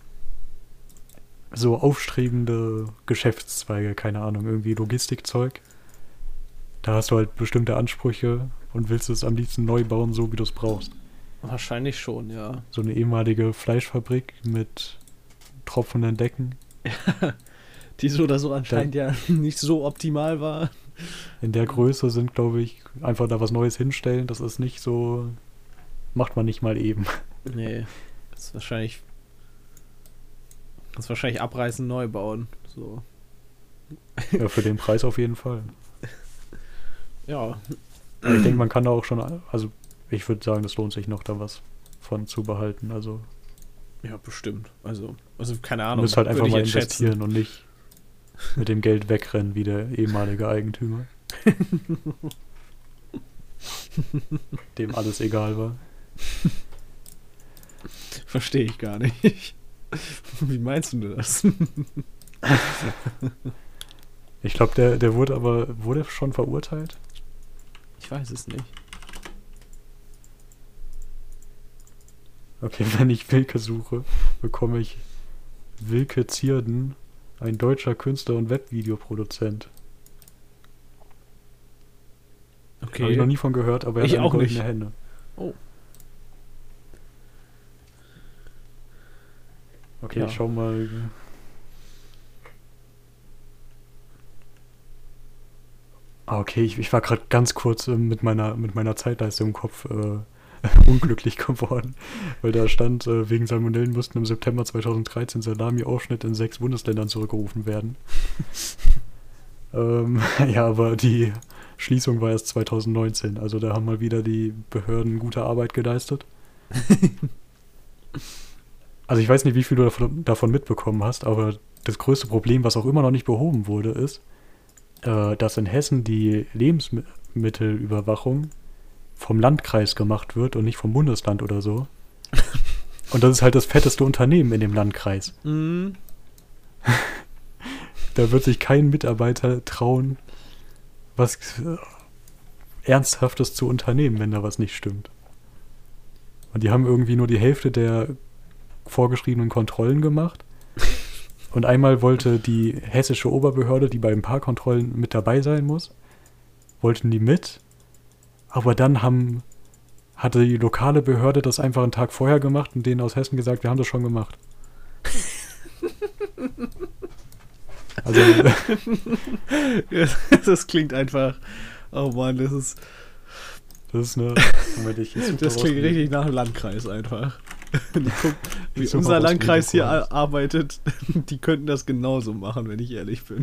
so aufstrebende Geschäftszweige, keine Ahnung, irgendwie Logistikzeug, da hast du halt bestimmte Ansprüche und willst es am liebsten neu bauen, so wie du es brauchst. wahrscheinlich schon, ja. So eine ehemalige Fleischfabrik mit tropfenden Decken, Die so oder so anscheinend ja nicht so optimal war. in der Größe sind, glaube ich, einfach da was Neues hinstellen, das ist nicht so, macht man nicht mal eben. Nee, das ist wahrscheinlich. Das ist wahrscheinlich abreißen, neu bauen. So. Ja, für den Preis auf jeden Fall. Ja. Aber ich denke, man kann da auch schon, also ich würde sagen, das lohnt sich noch, da was von zu behalten. Also Ja, bestimmt. Also, also keine du Ahnung. musst halt einfach würde ich mal jetzt schätzen. investieren und nicht mit dem Geld wegrennen wie der ehemalige Eigentümer. Dem alles egal war. Verstehe ich gar nicht. Wie meinst du das? Ich glaube, der, der wurde aber, wurde schon verurteilt? Ich weiß es nicht. Okay, wenn ich Wilke suche, bekomme ich Wilke Zierden, ein deutscher Künstler und Webvideoproduzent. Okay. Habe ich noch nie von gehört, aber er Ich hat eine auch goldene nicht. Hände. Oh. Okay, Ja. ich schau mal. Ah, okay, ich, ich war gerade ganz kurz äh, mit meiner mit meiner Zeitleiste im Kopf äh, unglücklich geworden, weil da stand, äh, wegen Salmonellen mussten im September zweitausenddreizehn Salami-Aufschnitt in sechs Bundesländern zurückgerufen werden. ähm, ja, aber die Schließung war erst zweitausendneunzehn, also da haben mal wieder die Behörden gute Arbeit geleistet. Also ich weiß nicht, wie viel du davon, davon mitbekommen hast, aber das größte Problem, was auch immer noch nicht behoben wurde, ist, äh, dass in Hessen die Lebensmittelüberwachung vom Landkreis gemacht wird und nicht vom Bundesland oder so. Und das ist halt das fetteste Unternehmen in dem Landkreis. Mhm. Da wird sich kein Mitarbeiter trauen, was äh, Ernsthaftes zu unternehmen, wenn da was nicht stimmt. Und die haben irgendwie nur die Hälfte der vorgeschriebenen Kontrollen gemacht. Und einmal wollte die hessische Oberbehörde, die bei ein paar Kontrollen mit dabei sein muss, wollten die mit. Aber dann haben, hatte die lokale Behörde das einfach einen Tag vorher gemacht und denen aus Hessen gesagt, wir haben das schon gemacht. Also, Das klingt einfach. Oh Mann, das ist. das ist eine... Moment, ich, ich such Das daraus, klingt wie- richtig nach einem Landkreis einfach. Die gucken, wie Ich such mal unser raus, wie Landkreis die hier Doku heißt. ar- arbeitet, die könnten das genauso machen, wenn ich ehrlich bin.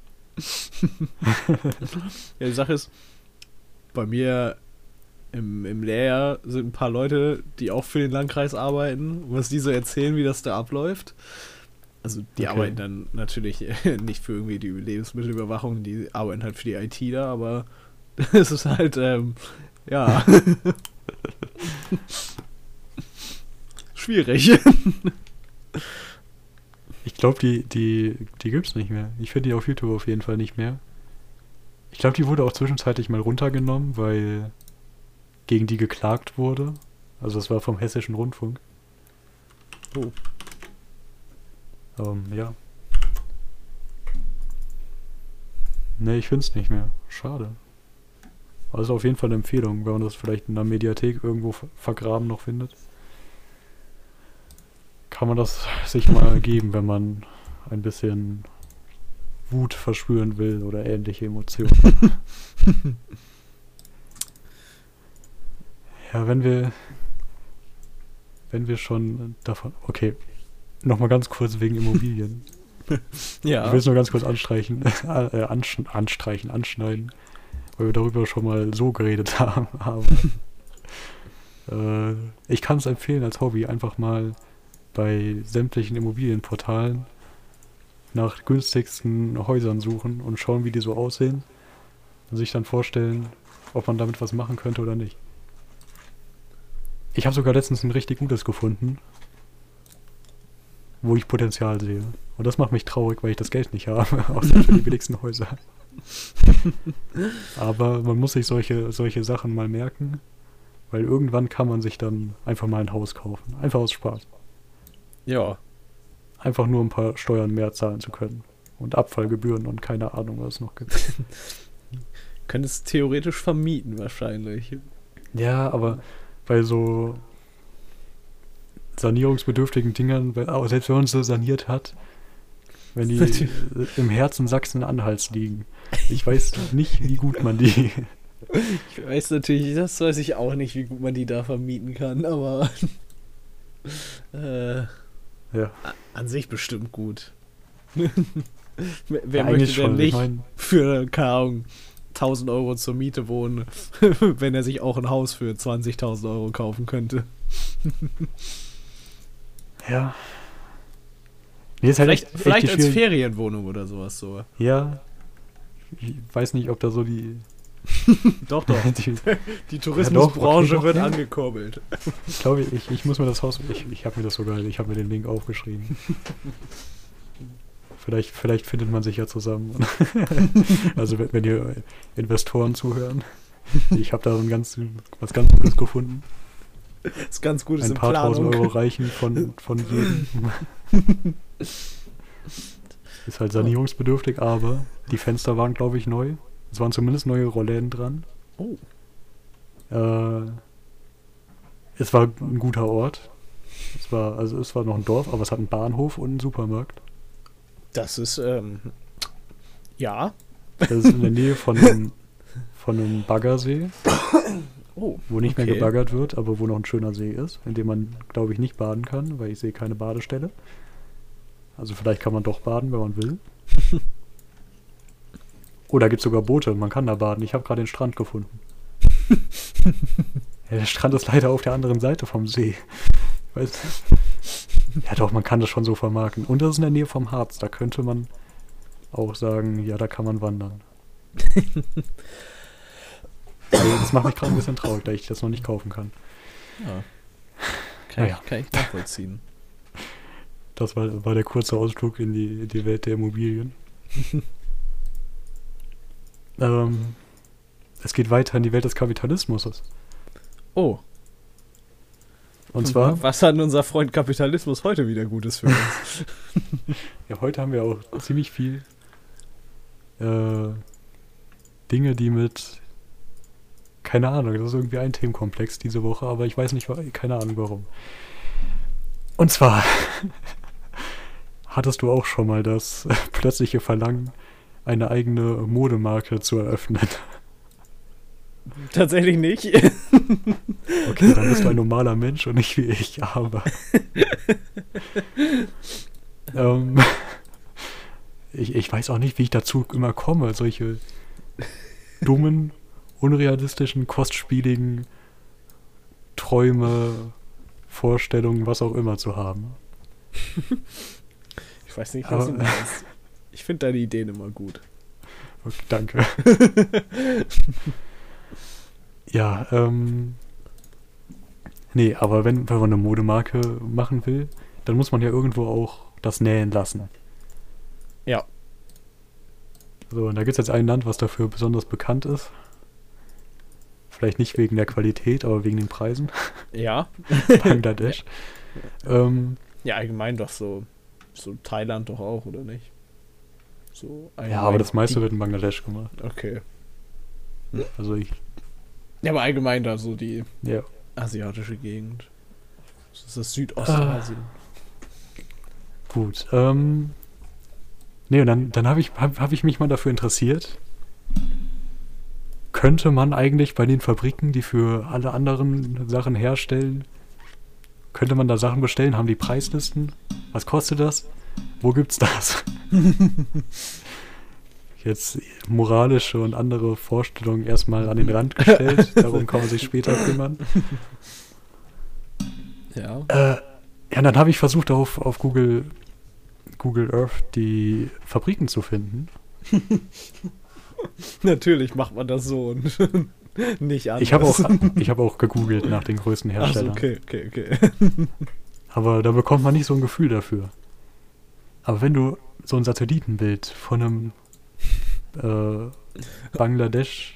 Ja, die Sache ist, bei mir im, im Lehrjahr sind ein paar Leute, die auch für den Landkreis arbeiten. Und was die so erzählen, wie das da abläuft. Also die Okay. arbeiten dann natürlich nicht für irgendwie die Lebensmittelüberwachung, die arbeiten halt für die I T da, aber es ist halt, ähm, ja, schwierig. Ich glaube, die, die, die gibt's nicht mehr. Ich finde die auf YouTube auf jeden Fall nicht mehr. Ich glaube, die wurde auch zwischenzeitlich mal runtergenommen, weil gegen die geklagt wurde. Also das war vom Hessischen Rundfunk. Oh. Ähm, ja. Ne, ich finde es nicht mehr. Schade. Also auf jeden Fall eine Empfehlung, wenn man das vielleicht in einer Mediathek irgendwo ver- vergraben noch findet. Kann man das sich mal geben, wenn man ein bisschen Wut verspüren will oder ähnliche Emotionen. Ja, wenn wir wenn wir schon davon... Okay, nochmal ganz kurz wegen Immobilien. Ja. Ich will es nur ganz kurz anstreichen, äh, ansch anstreichen, anschneiden, weil wir darüber schon mal so geredet haben. Aber äh, ich kann es empfehlen als Hobby, einfach mal bei sämtlichen Immobilienportalen nach günstigsten Häusern suchen und schauen, wie die so aussehen und sich dann vorstellen, ob man damit was machen könnte oder nicht. Ich habe sogar letztens ein richtig gutes gefunden, wo ich Potenzial sehe. Und das macht mich traurig, weil ich das Geld nicht habe, außer für die billigsten Häuser. Aber man muss sich solche, solche Sachen mal merken, weil irgendwann kann man sich dann einfach mal ein Haus kaufen. Einfach aus Spaß. Ja. Einfach nur ein paar Steuern mehr zahlen zu können. Und Abfallgebühren und keine Ahnung, was es noch gibt. Könntest theoretisch vermieten wahrscheinlich. Ja, aber bei so sanierungsbedürftigen Dingern, weil- aber selbst wenn man sie saniert hat, wenn die äh, im Herzen Sachsen-Anhalts liegen, ich weiß nicht, wie gut man die... Ich weiß natürlich, das weiß ich auch nicht, wie gut man die da vermieten kann, aber äh, Ja. an sich bestimmt gut. Wer wer Ja, möchte eigentlich denn schon. Ich nicht mein, für, keine Ahnung, tausend Euro zur Miete wohnen, wenn er sich auch ein Haus für zwanzigtausend Euro kaufen könnte. Ja. Nee, ist halt Vielleicht, echt, vielleicht echt als schwierig. Ferienwohnung oder sowas so. Ja. Ich weiß nicht, ob da so die... Doch, doch. die Die Tourismusbranche Ja, doch, okay, doch, wird ja. angekurbelt. ich glaube, ich, ich muss mir das Haus... Ich, ich habe mir das sogar... Ich habe mir den Link aufgeschrieben. Vielleicht, vielleicht findet man sich ja zusammen. Also wenn, wenn ihr Investoren zuhören. Ich habe da so ein ganz, was ganz Gutes gefunden. Das ist ganz gut, ist Ein in paar tausend Planung. Euro reichen von, von jedem. Ist halt sanierungsbedürftig, aber die Fenster waren, glaube ich, neu. Es waren zumindest neue Rollläden dran. Oh. Äh, es war ein guter Ort. Es war, also es war noch ein Dorf, aber es hat einen Bahnhof und einen Supermarkt. Das ist, ähm, ja. Das ist in der Nähe von einem, von einem Baggersee, Oh, wo nicht okay. mehr gebaggert wird, aber wo noch ein schöner See ist, in dem man, glaube ich, nicht baden kann, weil ich sehe keine Badestelle. Also vielleicht kann man doch baden, wenn man will. Oh, da gibt es sogar Boote, man kann da baden. Ich habe gerade den Strand gefunden. Ja, der Strand ist leider auf der anderen Seite vom See. Weiß, ja doch, man kann das schon so vermarkten. Und das ist in der Nähe vom Harz, da könnte man auch sagen, ja, da kann man wandern. Also, das macht mich gerade ein bisschen traurig, da ich das noch nicht kaufen kann. Ja. Kann, Naja. ich, kann ich nachvollziehen. Das war, war der kurze Ausflug in die, in die Welt der Immobilien. ähm, es geht weiter in die Welt des Kapitalismus. Oh. Und zwar, Was hat denn unser Freund Kapitalismus heute wieder Gutes für uns? ja, heute haben wir auch ziemlich viel äh, Dinge, die mit, keine Ahnung, das ist irgendwie ein Themenkomplex diese Woche, aber ich weiß nicht, wa- keine Ahnung warum. Und zwar hattest du auch schon mal das plötzliche Verlangen, eine eigene Modemarke zu eröffnen. Tatsächlich nicht. Okay, dann bist du ein normaler Mensch und nicht wie ich, aber ähm, ich, ich weiß auch nicht, wie ich dazu immer komme, solche dummen, unrealistischen, kostspieligen Träume, Vorstellungen, was auch immer zu haben. Ich weiß nicht, was du Aber- meinst. Ich finde deine Ideen immer gut. Okay, danke. Ja, ähm. Nee, aber wenn, wenn man eine Modemarke machen will, dann muss man ja irgendwo auch das nähen lassen. Ja. So, und da gibt es jetzt ein Land, was dafür besonders bekannt ist. Vielleicht nicht wegen der Qualität, aber wegen den Preisen. Ja. Bangladesch. ähm, Ja, allgemein doch so. So Thailand doch auch, oder nicht? So ja, aber das meiste die- wird in Bangladesch gemacht. Okay. Also ich, Ja, aber allgemein da so die ja. asiatische Gegend. Das ist das Südostasien. Gut, ähm. Nee, und dann, dann habe ich, hab, hab ich mich mal dafür interessiert. Könnte man eigentlich bei den Fabriken, die für alle anderen Sachen herstellen, könnte man da Sachen bestellen? Haben die Preislisten? Was kostet das? Wo gibt's das? Jetzt moralische und andere Vorstellungen erstmal an den Rand gestellt. Darum kann man sich später kümmern. Ja. Äh, ja, dann habe ich versucht, auf, auf Google, Google Earth die Fabriken zu finden. Natürlich macht man das so und nicht anders. Ich habe auch, ich hab auch gegoogelt nach den größten Ach so, Herstellern. okay, okay, okay. Aber da bekommt man nicht so ein Gefühl dafür. Aber wenn du so ein Satellitenbild von einem äh, Bangladesch...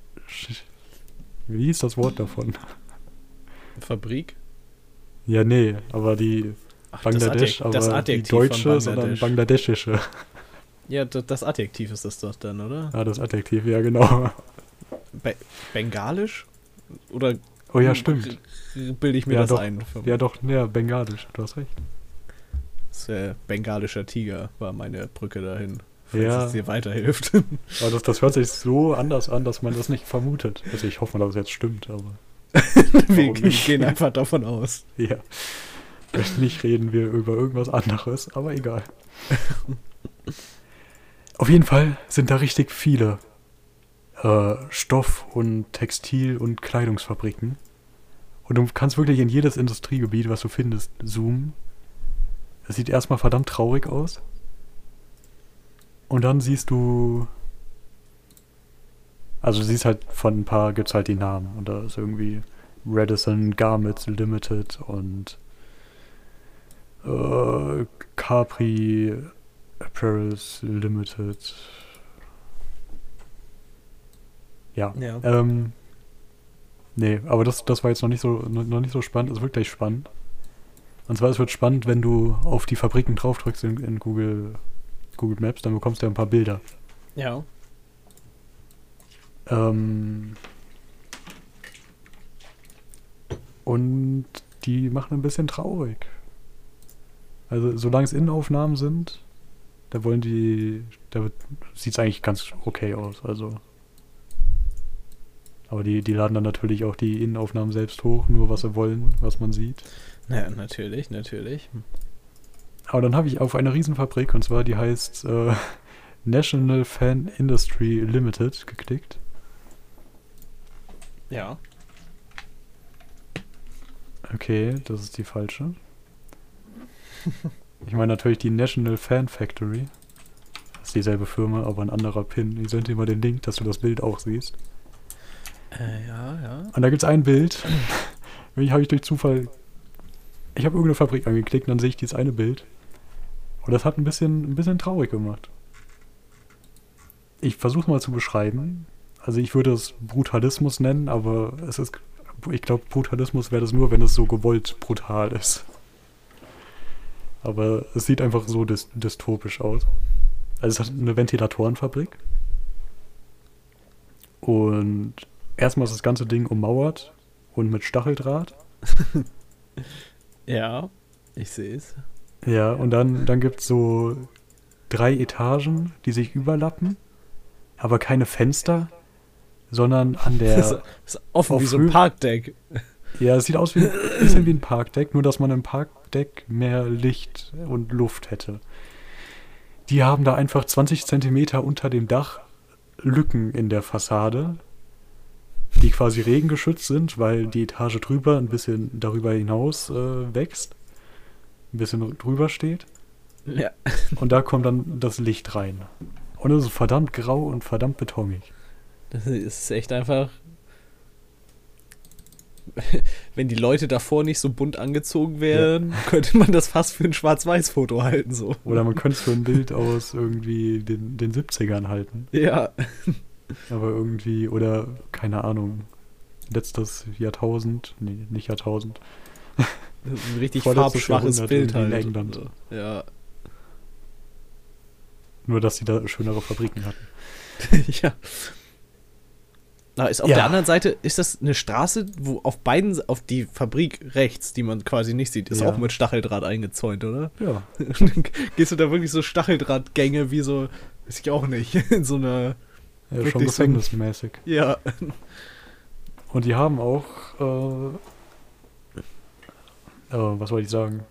Wie ist das Wort davon? Fabrik? Ja, nee, aber die Ach, Bangladesch, das, Adjek das aber die Adjektiv von deutsche, sondern Bangladesch. bangladeschische. Ja, das, das Adjektiv ist das doch dann, oder? Ah, das Adjektiv, ja genau. Be Bengalisch? Oder Oh ja, stimmt. bilde ich mir Ja, das doch. ein? Ja doch, ja, bengalisch, du hast recht. Das äh, bengalischer Tiger war meine Brücke dahin, falls Ja. es dir weiterhilft. Aber das, das hört sich so anders an, dass man das nicht vermutet. Also ich hoffe mal, dass es jetzt stimmt, aber wir Warum nicht? gehen einfach davon aus. ja. Möchte nicht reden wir über irgendwas anderes, aber egal. Auf jeden Fall sind da richtig viele äh, Stoff- und Textil- und Kleidungsfabriken. Und du kannst wirklich in jedes Industriegebiet, was du findest, zoomen. Es sieht erstmal verdammt traurig aus. Und dann siehst du... Also du siehst halt von ein paar, gibt's halt die Namen. Und da ist irgendwie Radisson Garments Limited und äh, Capri Apparels Limited. Ja. Ja. Ähm, nee, aber das, das war jetzt noch nicht so noch nicht so spannend. Es wird gleich spannend. Und zwar, es wird spannend, wenn du auf die Fabriken draufdrückst in, in Google, Google Maps, dann bekommst du ja ein paar Bilder. Ja. Ähm, und die machen ein bisschen traurig. Also, solange es Innenaufnahmen sind, da wollen die, da sieht es eigentlich ganz okay aus. Also, aber die, die laden dann natürlich auch die Innenaufnahmen selbst hoch, nur was sie wollen, was man sieht. Ja, natürlich, natürlich. Aber dann habe ich auf eine Riesenfabrik, und zwar die heißt äh, National Fan Industry Limited geklickt. Ja. Okay, das ist die falsche. Ich meine natürlich die National Fan Factory. Das ist dieselbe Firma, aber ein anderer Pin. Ich sende dir mal den Link, dass du das Bild auch siehst. Äh, ja, ja. Und da gibt es ein Bild. Ich habe ich durch Zufall... Ich habe irgendeine Fabrik angeklickt und dann sehe ich dieses eine Bild. Und das hat ein bisschen, ein bisschen traurig gemacht. Ich versuche mal zu beschreiben. Also ich würde es Brutalismus nennen, aber es ist... Ich glaube, Brutalismus wäre das nur, wenn es so gewollt brutal ist. Aber es sieht einfach so dys- dystopisch aus. Also es hat eine Ventilatorenfabrik. Und erstmal ist das ganze Ding ummauert und mit Stacheldraht. Ja, ich sehe es. Ja, und dann, dann gibt es so drei Etagen, die sich überlappen, aber keine Fenster, sondern an der... Das ist offen auf wie so ein Höhe- Parkdeck. Ja, es sieht aus wie ein bisschen wie ein Parkdeck, nur dass man im Parkdeck mehr Licht und Luft hätte. Die haben da einfach zwanzig Zentimeter unter dem Dach Lücken in der Fassade, die quasi regengeschützt sind, weil die Etage drüber ein bisschen darüber hinaus äh, wächst, ein bisschen drüber steht. Ja. Und da kommt dann das Licht rein. Und es ist verdammt grau und verdammt betonig. Das ist echt einfach... Wenn die Leute davor nicht so bunt angezogen wären, ja, könnte man das fast für ein Schwarz-Weiß-Foto halten. So. Oder man könnte es für ein Bild aus irgendwie den, den siebzigern halten. Ja. Aber irgendwie, oder keine Ahnung, letztes Jahrtausend, nee, nicht Jahrtausend. Das ist ein richtig Vorletztes farbschwaches Jahrhundert Bild irgendwie in halt. England. Ja. Nur, dass sie da schönere Fabriken hatten. Ja. Na, ist auf Ja. der anderen Seite, ist das eine Straße, wo auf beiden, auf die Fabrik rechts, die man quasi nicht sieht, ist Ja. auch mit Stacheldraht eingezäunt, oder? Ja. Und dann gehst du da wirklich so Stacheldrahtgänge wie so, weiß ich auch nicht, in so einer, Ja, Wirklich schon so- gefängnismäßig. ja. Und die haben auch, äh, äh, was wollte ich sagen?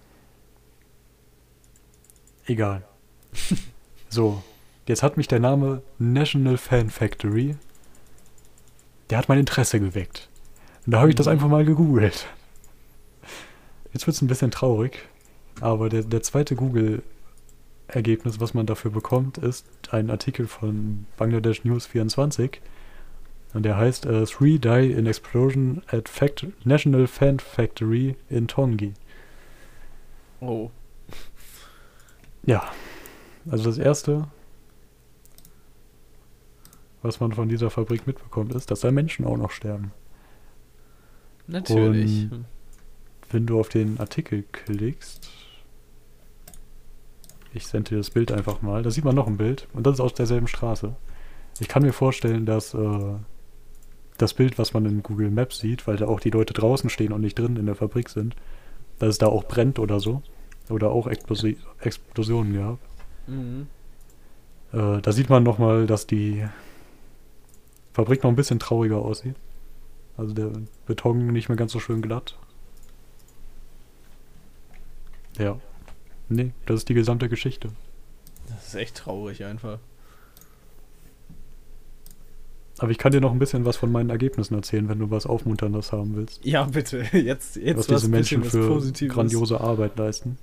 Egal. So, jetzt hat mich der Name National Fan Factory, der hat mein Interesse geweckt. Und da habe ich das Mhm. einfach mal gegoogelt. Jetzt wird es ein bisschen traurig, aber der, der zweite Google-Ergebnis, was man dafür bekommt, ist ein Artikel von Bangladesh News vierundzwanzig. Und der heißt äh, Three Die in Explosion at Fact- National Fan Factory in Tongi. Oh. Ja, also das Erste, was man von dieser Fabrik mitbekommt, ist, dass da Menschen auch noch sterben. Natürlich. Und- Wenn du auf den Artikel klickst, ich sende dir das Bild einfach mal, da sieht man noch ein Bild und das ist aus derselben Straße. Ich kann mir vorstellen, dass äh, das Bild, was man in Google Maps sieht, weil da auch die Leute draußen stehen und nicht drin in der Fabrik sind, dass es da auch brennt oder so. Oder auch Explosi- Explosionen gab. Mhm. Äh, da sieht man nochmal, dass die Fabrik noch ein bisschen trauriger aussieht. Also der Beton nicht mehr ganz so schön glatt. Ja. Nee, das ist die gesamte Geschichte. Das ist echt traurig einfach. Aber ich kann dir noch ein bisschen was von meinen Ergebnissen erzählen, wenn du was Aufmunterndes haben willst. Ja, bitte. Jetzt, jetzt Was diese ein Menschen bisschen was für Positives. grandiose Arbeit leisten.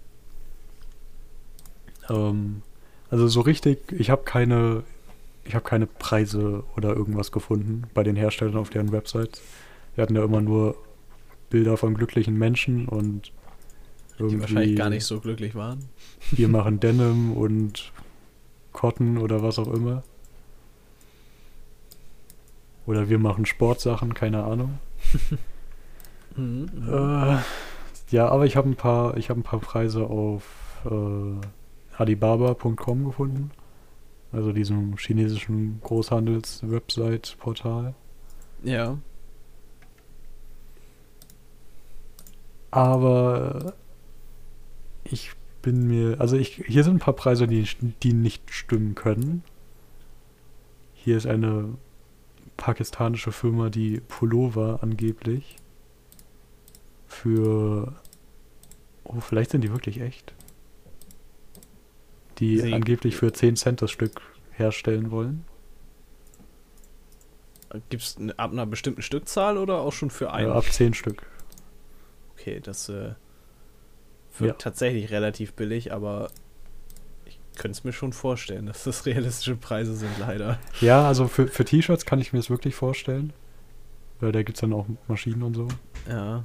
Ähm, also so richtig, ich habe keine, ich habe keine Preise oder irgendwas gefunden bei den Herstellern auf deren Websites. Wir hatten ja immer nur Bilder von glücklichen Menschen und irgendwie Die wahrscheinlich gar nicht so glücklich waren. wir machen Denim und Cotton oder was auch immer. Oder wir machen Sportsachen, keine Ahnung. Mhm. Äh, ja, aber ich habe ein paar, ich habe ein paar Preise auf äh, Alibaba Punkt com gefunden. Also diesem chinesischen Großhandels-Website-Portal. Ja. Aber ich bin mir, also ich, hier sind ein paar Preise, die, die nicht stimmen können. Hier ist eine pakistanische Firma, die Pullover angeblich für, oh, vielleicht sind die wirklich echt, die Sie- angeblich für zehn Cent das Stück herstellen wollen. Gibt es ab einer bestimmten Stückzahl oder auch schon für einen? Äh, ab zehn Stück. Okay, das äh, wirkt Ja. tatsächlich relativ billig, aber ich könnte es mir schon vorstellen, dass das realistische Preise sind, leider. Ja, also für, für T-Shirts kann ich mir das wirklich vorstellen. Weil da gibt es dann auch Maschinen und so. Ja.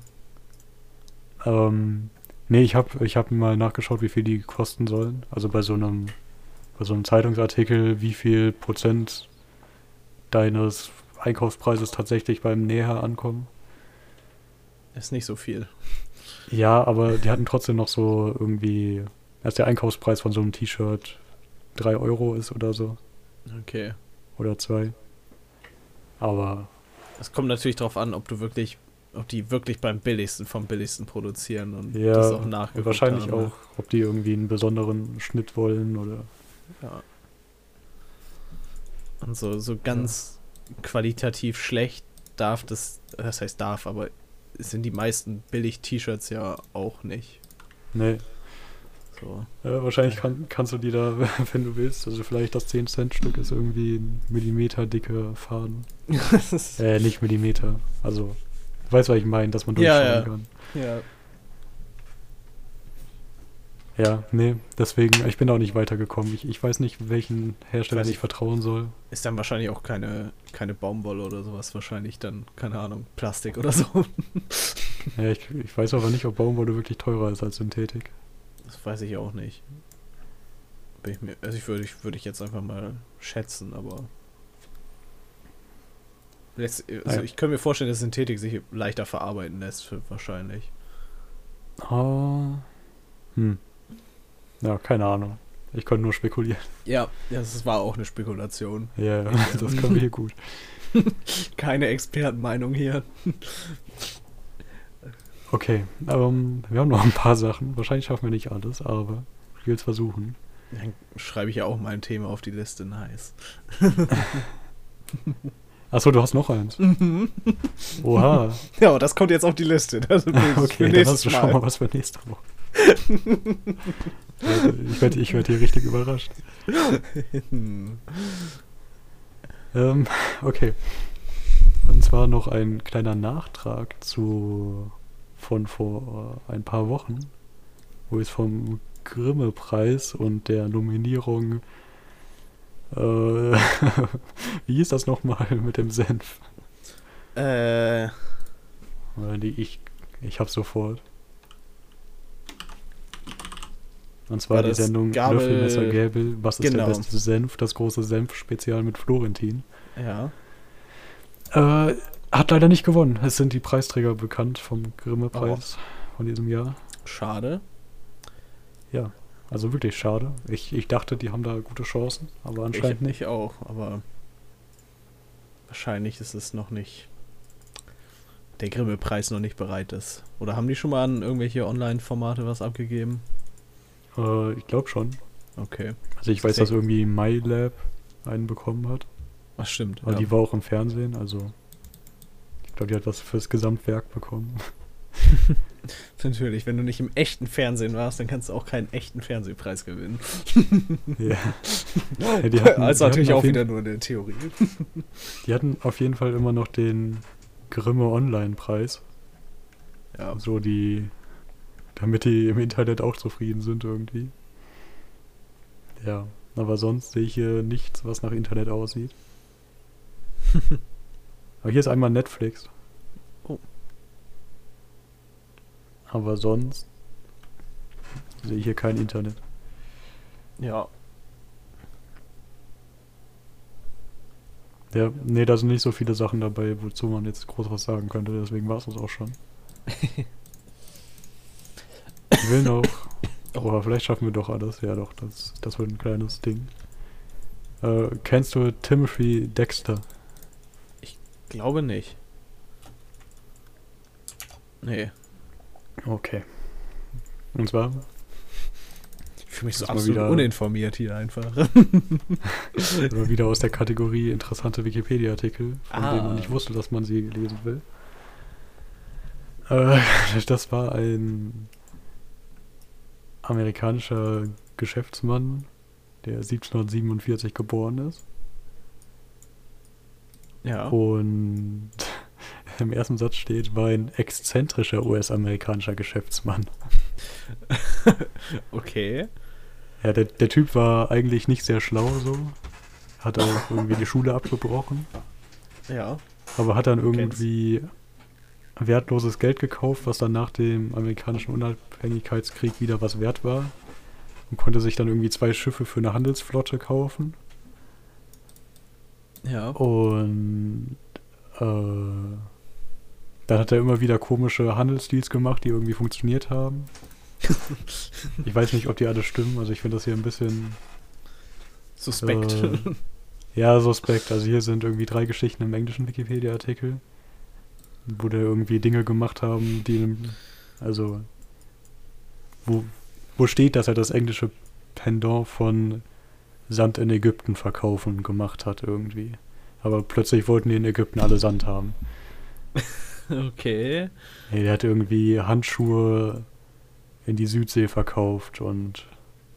Ähm, nee, ich habe ich hab mal nachgeschaut, wie viel die kosten sollen. Also bei so einem, bei so einem Zeitungsartikel, wie viel Prozent deines Einkaufspreises tatsächlich beim Näher ankommen. Ist nicht so viel. Ja, aber die hatten trotzdem noch so irgendwie, dass der Einkaufspreis von so einem T-Shirt drei Euro ist oder so. Okay. Oder zwei. Aber Es kommt natürlich darauf an, ob du wirklich, ob die wirklich beim billigsten vom billigsten produzieren und ja, das auch und nachgeguckt wahrscheinlich haben. auch, ob die irgendwie einen besonderen Schnitt wollen oder. Ja. Und so, so ganz qualitativ schlecht darf das, das heißt darf, aber es sind die meisten Billig-T-Shirts ja auch nicht. Nee. So. Ja, wahrscheinlich kann, kannst du die da, wenn du willst, also vielleicht das zehn Cent Stück ist irgendwie ein Millimeter dicker Faden. Äh, nicht Millimeter. Also, du weißt, was ich meine, dass man durchschauen Ja, ja. kann. Ja. Ja, nee, deswegen, ich bin da auch nicht weitergekommen. Ich, ich weiß nicht, welchen Hersteller Weiß ich ich- vertrauen soll. Ist dann wahrscheinlich auch keine, keine Baumwolle oder sowas, wahrscheinlich dann, keine Ahnung, Plastik oder so. Ja, ich, ich weiß aber nicht, ob Baumwolle wirklich teurer ist als Synthetik. Das weiß ich auch nicht. Bin ich mir, also ich würde ich, würde ich jetzt einfach mal schätzen, aber. Letzt, also Ja. ich könnte mir vorstellen, dass Synthetik sich leichter verarbeiten lässt, für, wahrscheinlich. Ah. Hm. Ja, keine Ahnung. Ich konnte nur spekulieren. Ja, das war auch eine Spekulation. Ja, das können wir hier gut. Keine Expertenmeinung hier. Okay, ähm, wir haben noch ein paar Sachen. Wahrscheinlich schaffen wir nicht alles, aber ich will es versuchen. Dann schreibe ich ja auch mal ein Thema auf die Liste, nice. Achso, du hast noch eins. Oha. Ja, aber das kommt jetzt auf die Liste. Das ist für Okay, dann nächstes hast du schon Mal. mal was für nächste Woche. Also, ich werde ich werd hier richtig überrascht. Hm. Ähm, okay. Und zwar noch ein kleiner Nachtrag zu von vor ein paar Wochen, wo es vom Grimme-Preis und der Nominierung äh, wie hieß das nochmal mit dem Senf? Äh, Äh, Die, ich ich hab's sofort. Und zwar War die das Sendung Gabel- Löffel, Messer, Gäbel, was ist Genau. der beste Senf? Das große Senf-Spezial mit Florentin. ja. Äh, hat leider nicht gewonnen. Es sind die Preisträger bekannt vom Grimme-Preis von diesem Jahr. Schade. Ja, also wirklich schade. Ich, ich dachte, die haben da gute Chancen, aber anscheinend Ich, nicht. ich auch, aber wahrscheinlich ist es noch nicht. Der Grimme-Preis noch nicht bereit ist. Oder haben die schon mal an irgendwelche Online-Formate was abgegeben? Äh, ich glaube schon. Okay. Also ich weiß, dass irgendwie MyLab einen bekommen hat. Ach, stimmt. Aber Ja. die war auch im Fernsehen, also ich glaube, die hat was fürs Gesamtwerk bekommen. Natürlich, wenn du nicht im echten Fernsehen warst, dann kannst du auch keinen echten Fernsehpreis gewinnen. Ja. Ja, die hatten, also die natürlich hatten auch auf jeden, wieder nur eine Theorie. Die hatten auf jeden Fall immer noch den Grimme Online-Preis. Ja. So die, damit die im Internet auch zufrieden sind irgendwie. Ja, aber sonst sehe ich hier nichts, was nach Internet aussieht. Aber hier ist einmal Netflix. Oh. Aber sonst sehe ich hier kein Internet. Ja. Ja, nee, da sind nicht so viele Sachen dabei, wozu man jetzt groß was sagen könnte, deswegen war es das auch schon. Ich will noch. Oh, vielleicht schaffen wir doch alles. Ja, doch, das, das wird ein kleines Ding. Äh, kennst du Timothy Dexter? Glaube nicht. Nee. Okay. Und zwar? Ich fühle mich so Das mal absolut wieder- uninformiert hier einfach. Immer wieder aus der Kategorie interessante Wikipedia-Artikel, von Ah. denen man nicht wusste, dass man sie lesen will. Äh, das war ein amerikanischer Geschäftsmann, der siebzehnhundertsiebenundvierzig geboren ist. Ja. Und im ersten Satz steht, war ein exzentrischer U S-amerikanischer Geschäftsmann. Okay. Ja, der, der Typ war eigentlich nicht sehr schlau so. Hat auch irgendwie die Schule abgebrochen. Ja. Aber hat dann irgendwie wertloses Geld gekauft, was dann nach dem amerikanischen Unabhängigkeitskrieg wieder was wert war. Und konnte sich dann irgendwie zwei Schiffe für eine Handelsflotte kaufen. Ja. Und äh, dann hat er immer wieder komische Handelsdeals gemacht, die irgendwie funktioniert haben. Ich weiß nicht, ob die alle stimmen. Also ich finde das hier ein bisschen Suspekt. Äh, ja, suspekt. Also hier sind irgendwie drei Geschichten im englischen Wikipedia-Artikel, wo der irgendwie Dinge gemacht haben, die, also, wo, wo steht, dass er das englische Pendant von Sand in Ägypten verkaufen gemacht hat irgendwie. Aber plötzlich wollten die in Ägypten alle Sand haben. Okay. Hey, der hat irgendwie Handschuhe in die Südsee verkauft und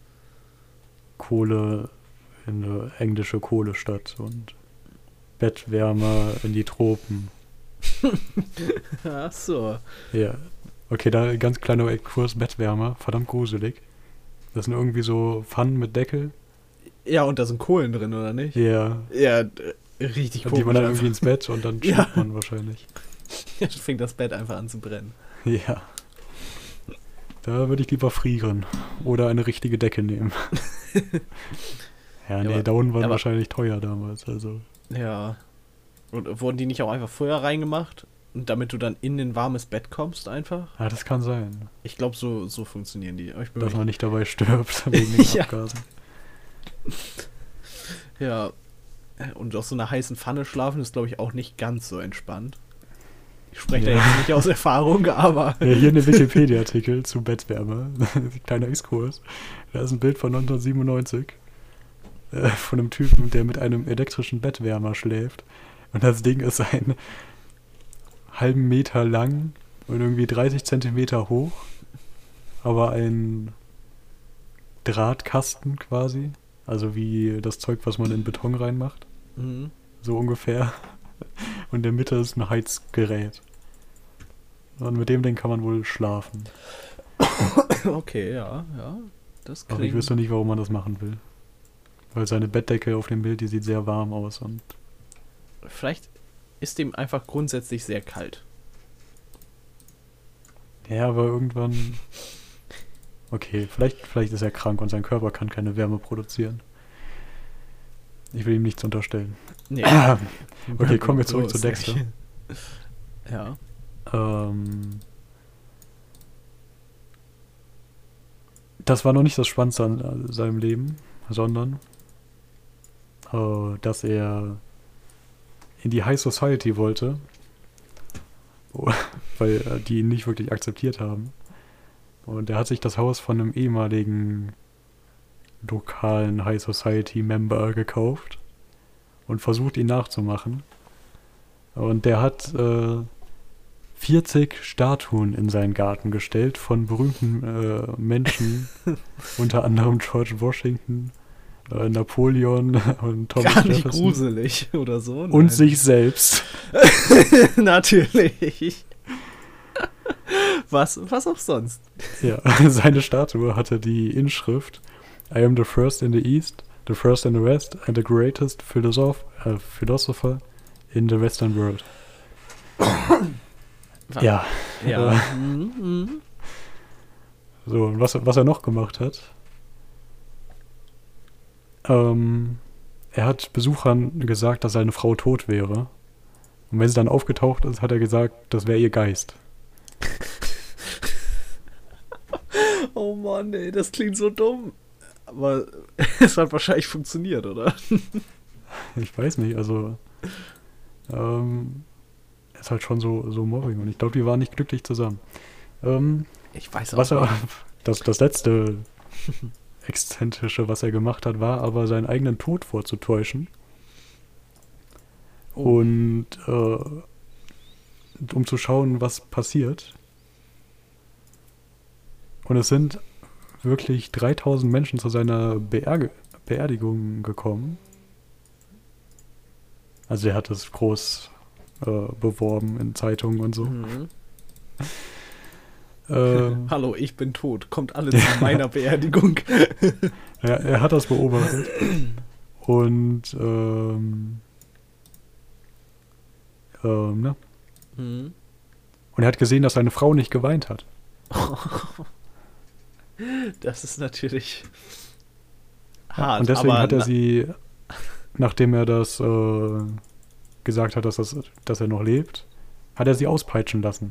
Kohle in eine englische Kohlestadt und Bettwärmer in die Tropen. Ach so. Ja. Okay, da ganz kleiner Exkurs, Bettwärmer, verdammt gruselig. Das sind irgendwie so Pfannen mit Deckel. Ja, und da sind Kohlen drin, oder nicht? Ja. Ja, d- richtig Und komisch. die man dann einfach. irgendwie ins Bett und dann Ja. schläft man wahrscheinlich. Ja, fängt das Bett einfach an zu brennen. Ja. Da würde ich lieber frieren. Oder eine richtige Decke nehmen. Ja, Ja, nee, aber- Daunen waren aber- wahrscheinlich teuer damals, also. Ja. Und wurden die nicht auch einfach Feuer reingemacht? Und damit du dann in ein warmes Bett kommst einfach? Ja, das kann sein. Ich glaube, so, so funktionieren die. Aber ich bin Dass mir man nicht dabei stirbt wegen den Ja. Abgasen. Ja. Und auf so einer heißen Pfanne schlafen ist, glaube ich, auch nicht ganz so entspannt. Ich spreche da Ja. jetzt nicht aus Erfahrung, aber. Ja, hier ein Wikipedia-Artikel zu Bettwärme. Kleiner Exkurs. Da ist ein Bild von neunzehnhundertsiebenundneunzig äh, von einem Typen, der mit einem elektrischen Bettwärmer schläft. Und das Ding ist einen halben Meter lang und irgendwie dreißig Zentimeter hoch. Aber ein Drahtkasten quasi. Also wie das Zeug, was man in Beton reinmacht. Mhm. So ungefähr. Und in der Mitte ist ein Heizgerät. Und mit dem Ding kann man wohl schlafen. Okay, ja, ja. Das Aber ich klingt. wüsste nicht, warum man das machen will. Weil seine Bettdecke auf dem Bild, die sieht sehr warm aus. Und Vielleicht ist dem einfach grundsätzlich sehr kalt. ja, aber irgendwann... Okay, vielleicht, vielleicht ist er krank und sein Körper kann keine Wärme produzieren. Ich will ihm nichts unterstellen. Nee. Okay, kommen wir So zurück ist zu Dexter. nicht. Ja. Ähm, das war noch nicht das Spannendste an äh, seinem Leben, sondern äh, dass er in die High Society wollte, wo- weil äh, die ihn nicht wirklich akzeptiert haben. Und er hat sich das Haus von einem ehemaligen lokalen High Society Member gekauft und versucht, ihn nachzumachen. Und der hat äh, vierzig Statuen in seinen Garten gestellt von berühmten äh, Menschen, unter anderem George Washington, äh, Napoleon und Thomas Gar nicht Jefferson. gruselig oder so. Und nein. sich selbst. Natürlich. Was, was auch sonst. Ja, seine Statue hatte die Inschrift I am the first in the East, the first in the West and the greatest philosoph äh, philosopher in the Western world. Ja. Ja. Äh, Mhm, mhm. So, und was, was er noch gemacht hat, ähm, er hat Besuchern gesagt, dass seine Frau tot wäre. Und wenn sie dann aufgetaucht ist, hat er gesagt, das wäre ihr Geist. Oh Mann, ey, das klingt so dumm. Aber es hat wahrscheinlich funktioniert, oder? Ich weiß nicht, also ähm, ist halt schon so, so Mobbing und ich glaube, die waren nicht glücklich zusammen. Ähm, Ich weiß auch was er, nicht. das, das letzte Exzentrische, was er gemacht hat, war aber seinen eigenen Tod vorzutäuschen. Oh. Und äh, um zu schauen, was passiert. Und es sind wirklich dreitausend Menschen zu seiner Beerge Beerdigung gekommen. Also er hat es groß äh, beworben in Zeitungen und so. Mhm. Ähm, Hallo, ich bin tot. Kommt alle zu meiner Beerdigung. er, er hat das beobachtet. Und ähm, ähm, ne? Mhm. Und er hat gesehen, dass seine Frau nicht geweint hat. Das ist natürlich hart. Und deswegen aber hat er na- sie, nachdem er das äh, gesagt hat, dass, das, dass er noch lebt, hat er sie auspeitschen lassen.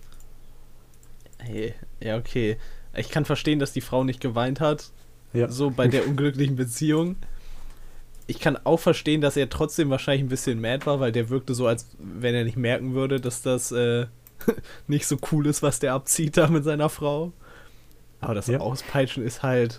Hey, ja, okay. Ich kann verstehen, dass die Frau nicht geweint hat. Ja. So bei der unglücklichen Beziehung. Ich kann auch verstehen, dass er trotzdem wahrscheinlich ein bisschen mad war, weil der wirkte so, als wenn er nicht merken würde, dass das äh, nicht so cool ist, was der abzieht da mit seiner Frau. Aber das Ja. Auspeitschen ist halt.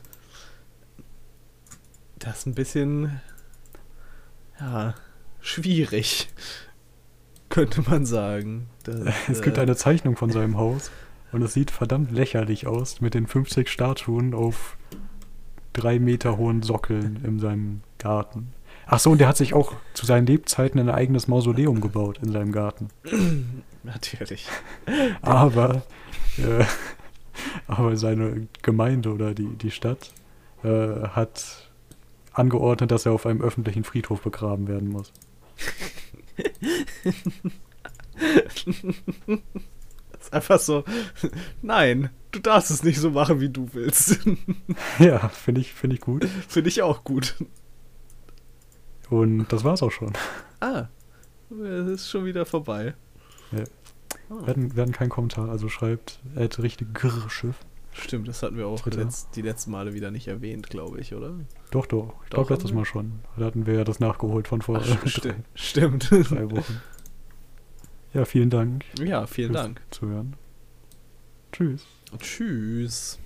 Das ist ein bisschen. Ja, schwierig. Könnte man sagen. Das, Es gibt äh, eine Zeichnung von seinem Haus und es sieht verdammt lächerlich aus mit den fünfzig Statuen auf drei Meter hohen Sockeln in seinem Garten. Ach so, und der hat sich auch zu seinen Lebzeiten ein eigenes Mausoleum gebaut in seinem Garten. Natürlich. Aber, äh, aber seine Gemeinde oder die, die Stadt äh, hat angeordnet, dass er auf einem öffentlichen Friedhof begraben werden muss. Das ist einfach so. Nein, du darfst es nicht so machen, wie du willst. Ja, finde ich, find ich gut. Finde ich auch gut. Und das war's auch schon. Ah, es ist schon wieder vorbei. Ja. Ah, Wir hatten, wir hatten keinen Kommentar, also schreibt, er hätte richtig Grrrschiff. stimmt, das hatten wir auch Twitter. letzt, die letzten Male wieder nicht erwähnt, glaube ich, oder? Doch, doch. Ich Doch, glaube letztes haben wir? Mal schon. Da hatten wir ja das nachgeholt von vor Ach, äh, sti- drei, stimmt. drei Wochen. Ja, vielen Dank Ja, vielen fürs Dank. Zuhören. Tschüss. Tschüss.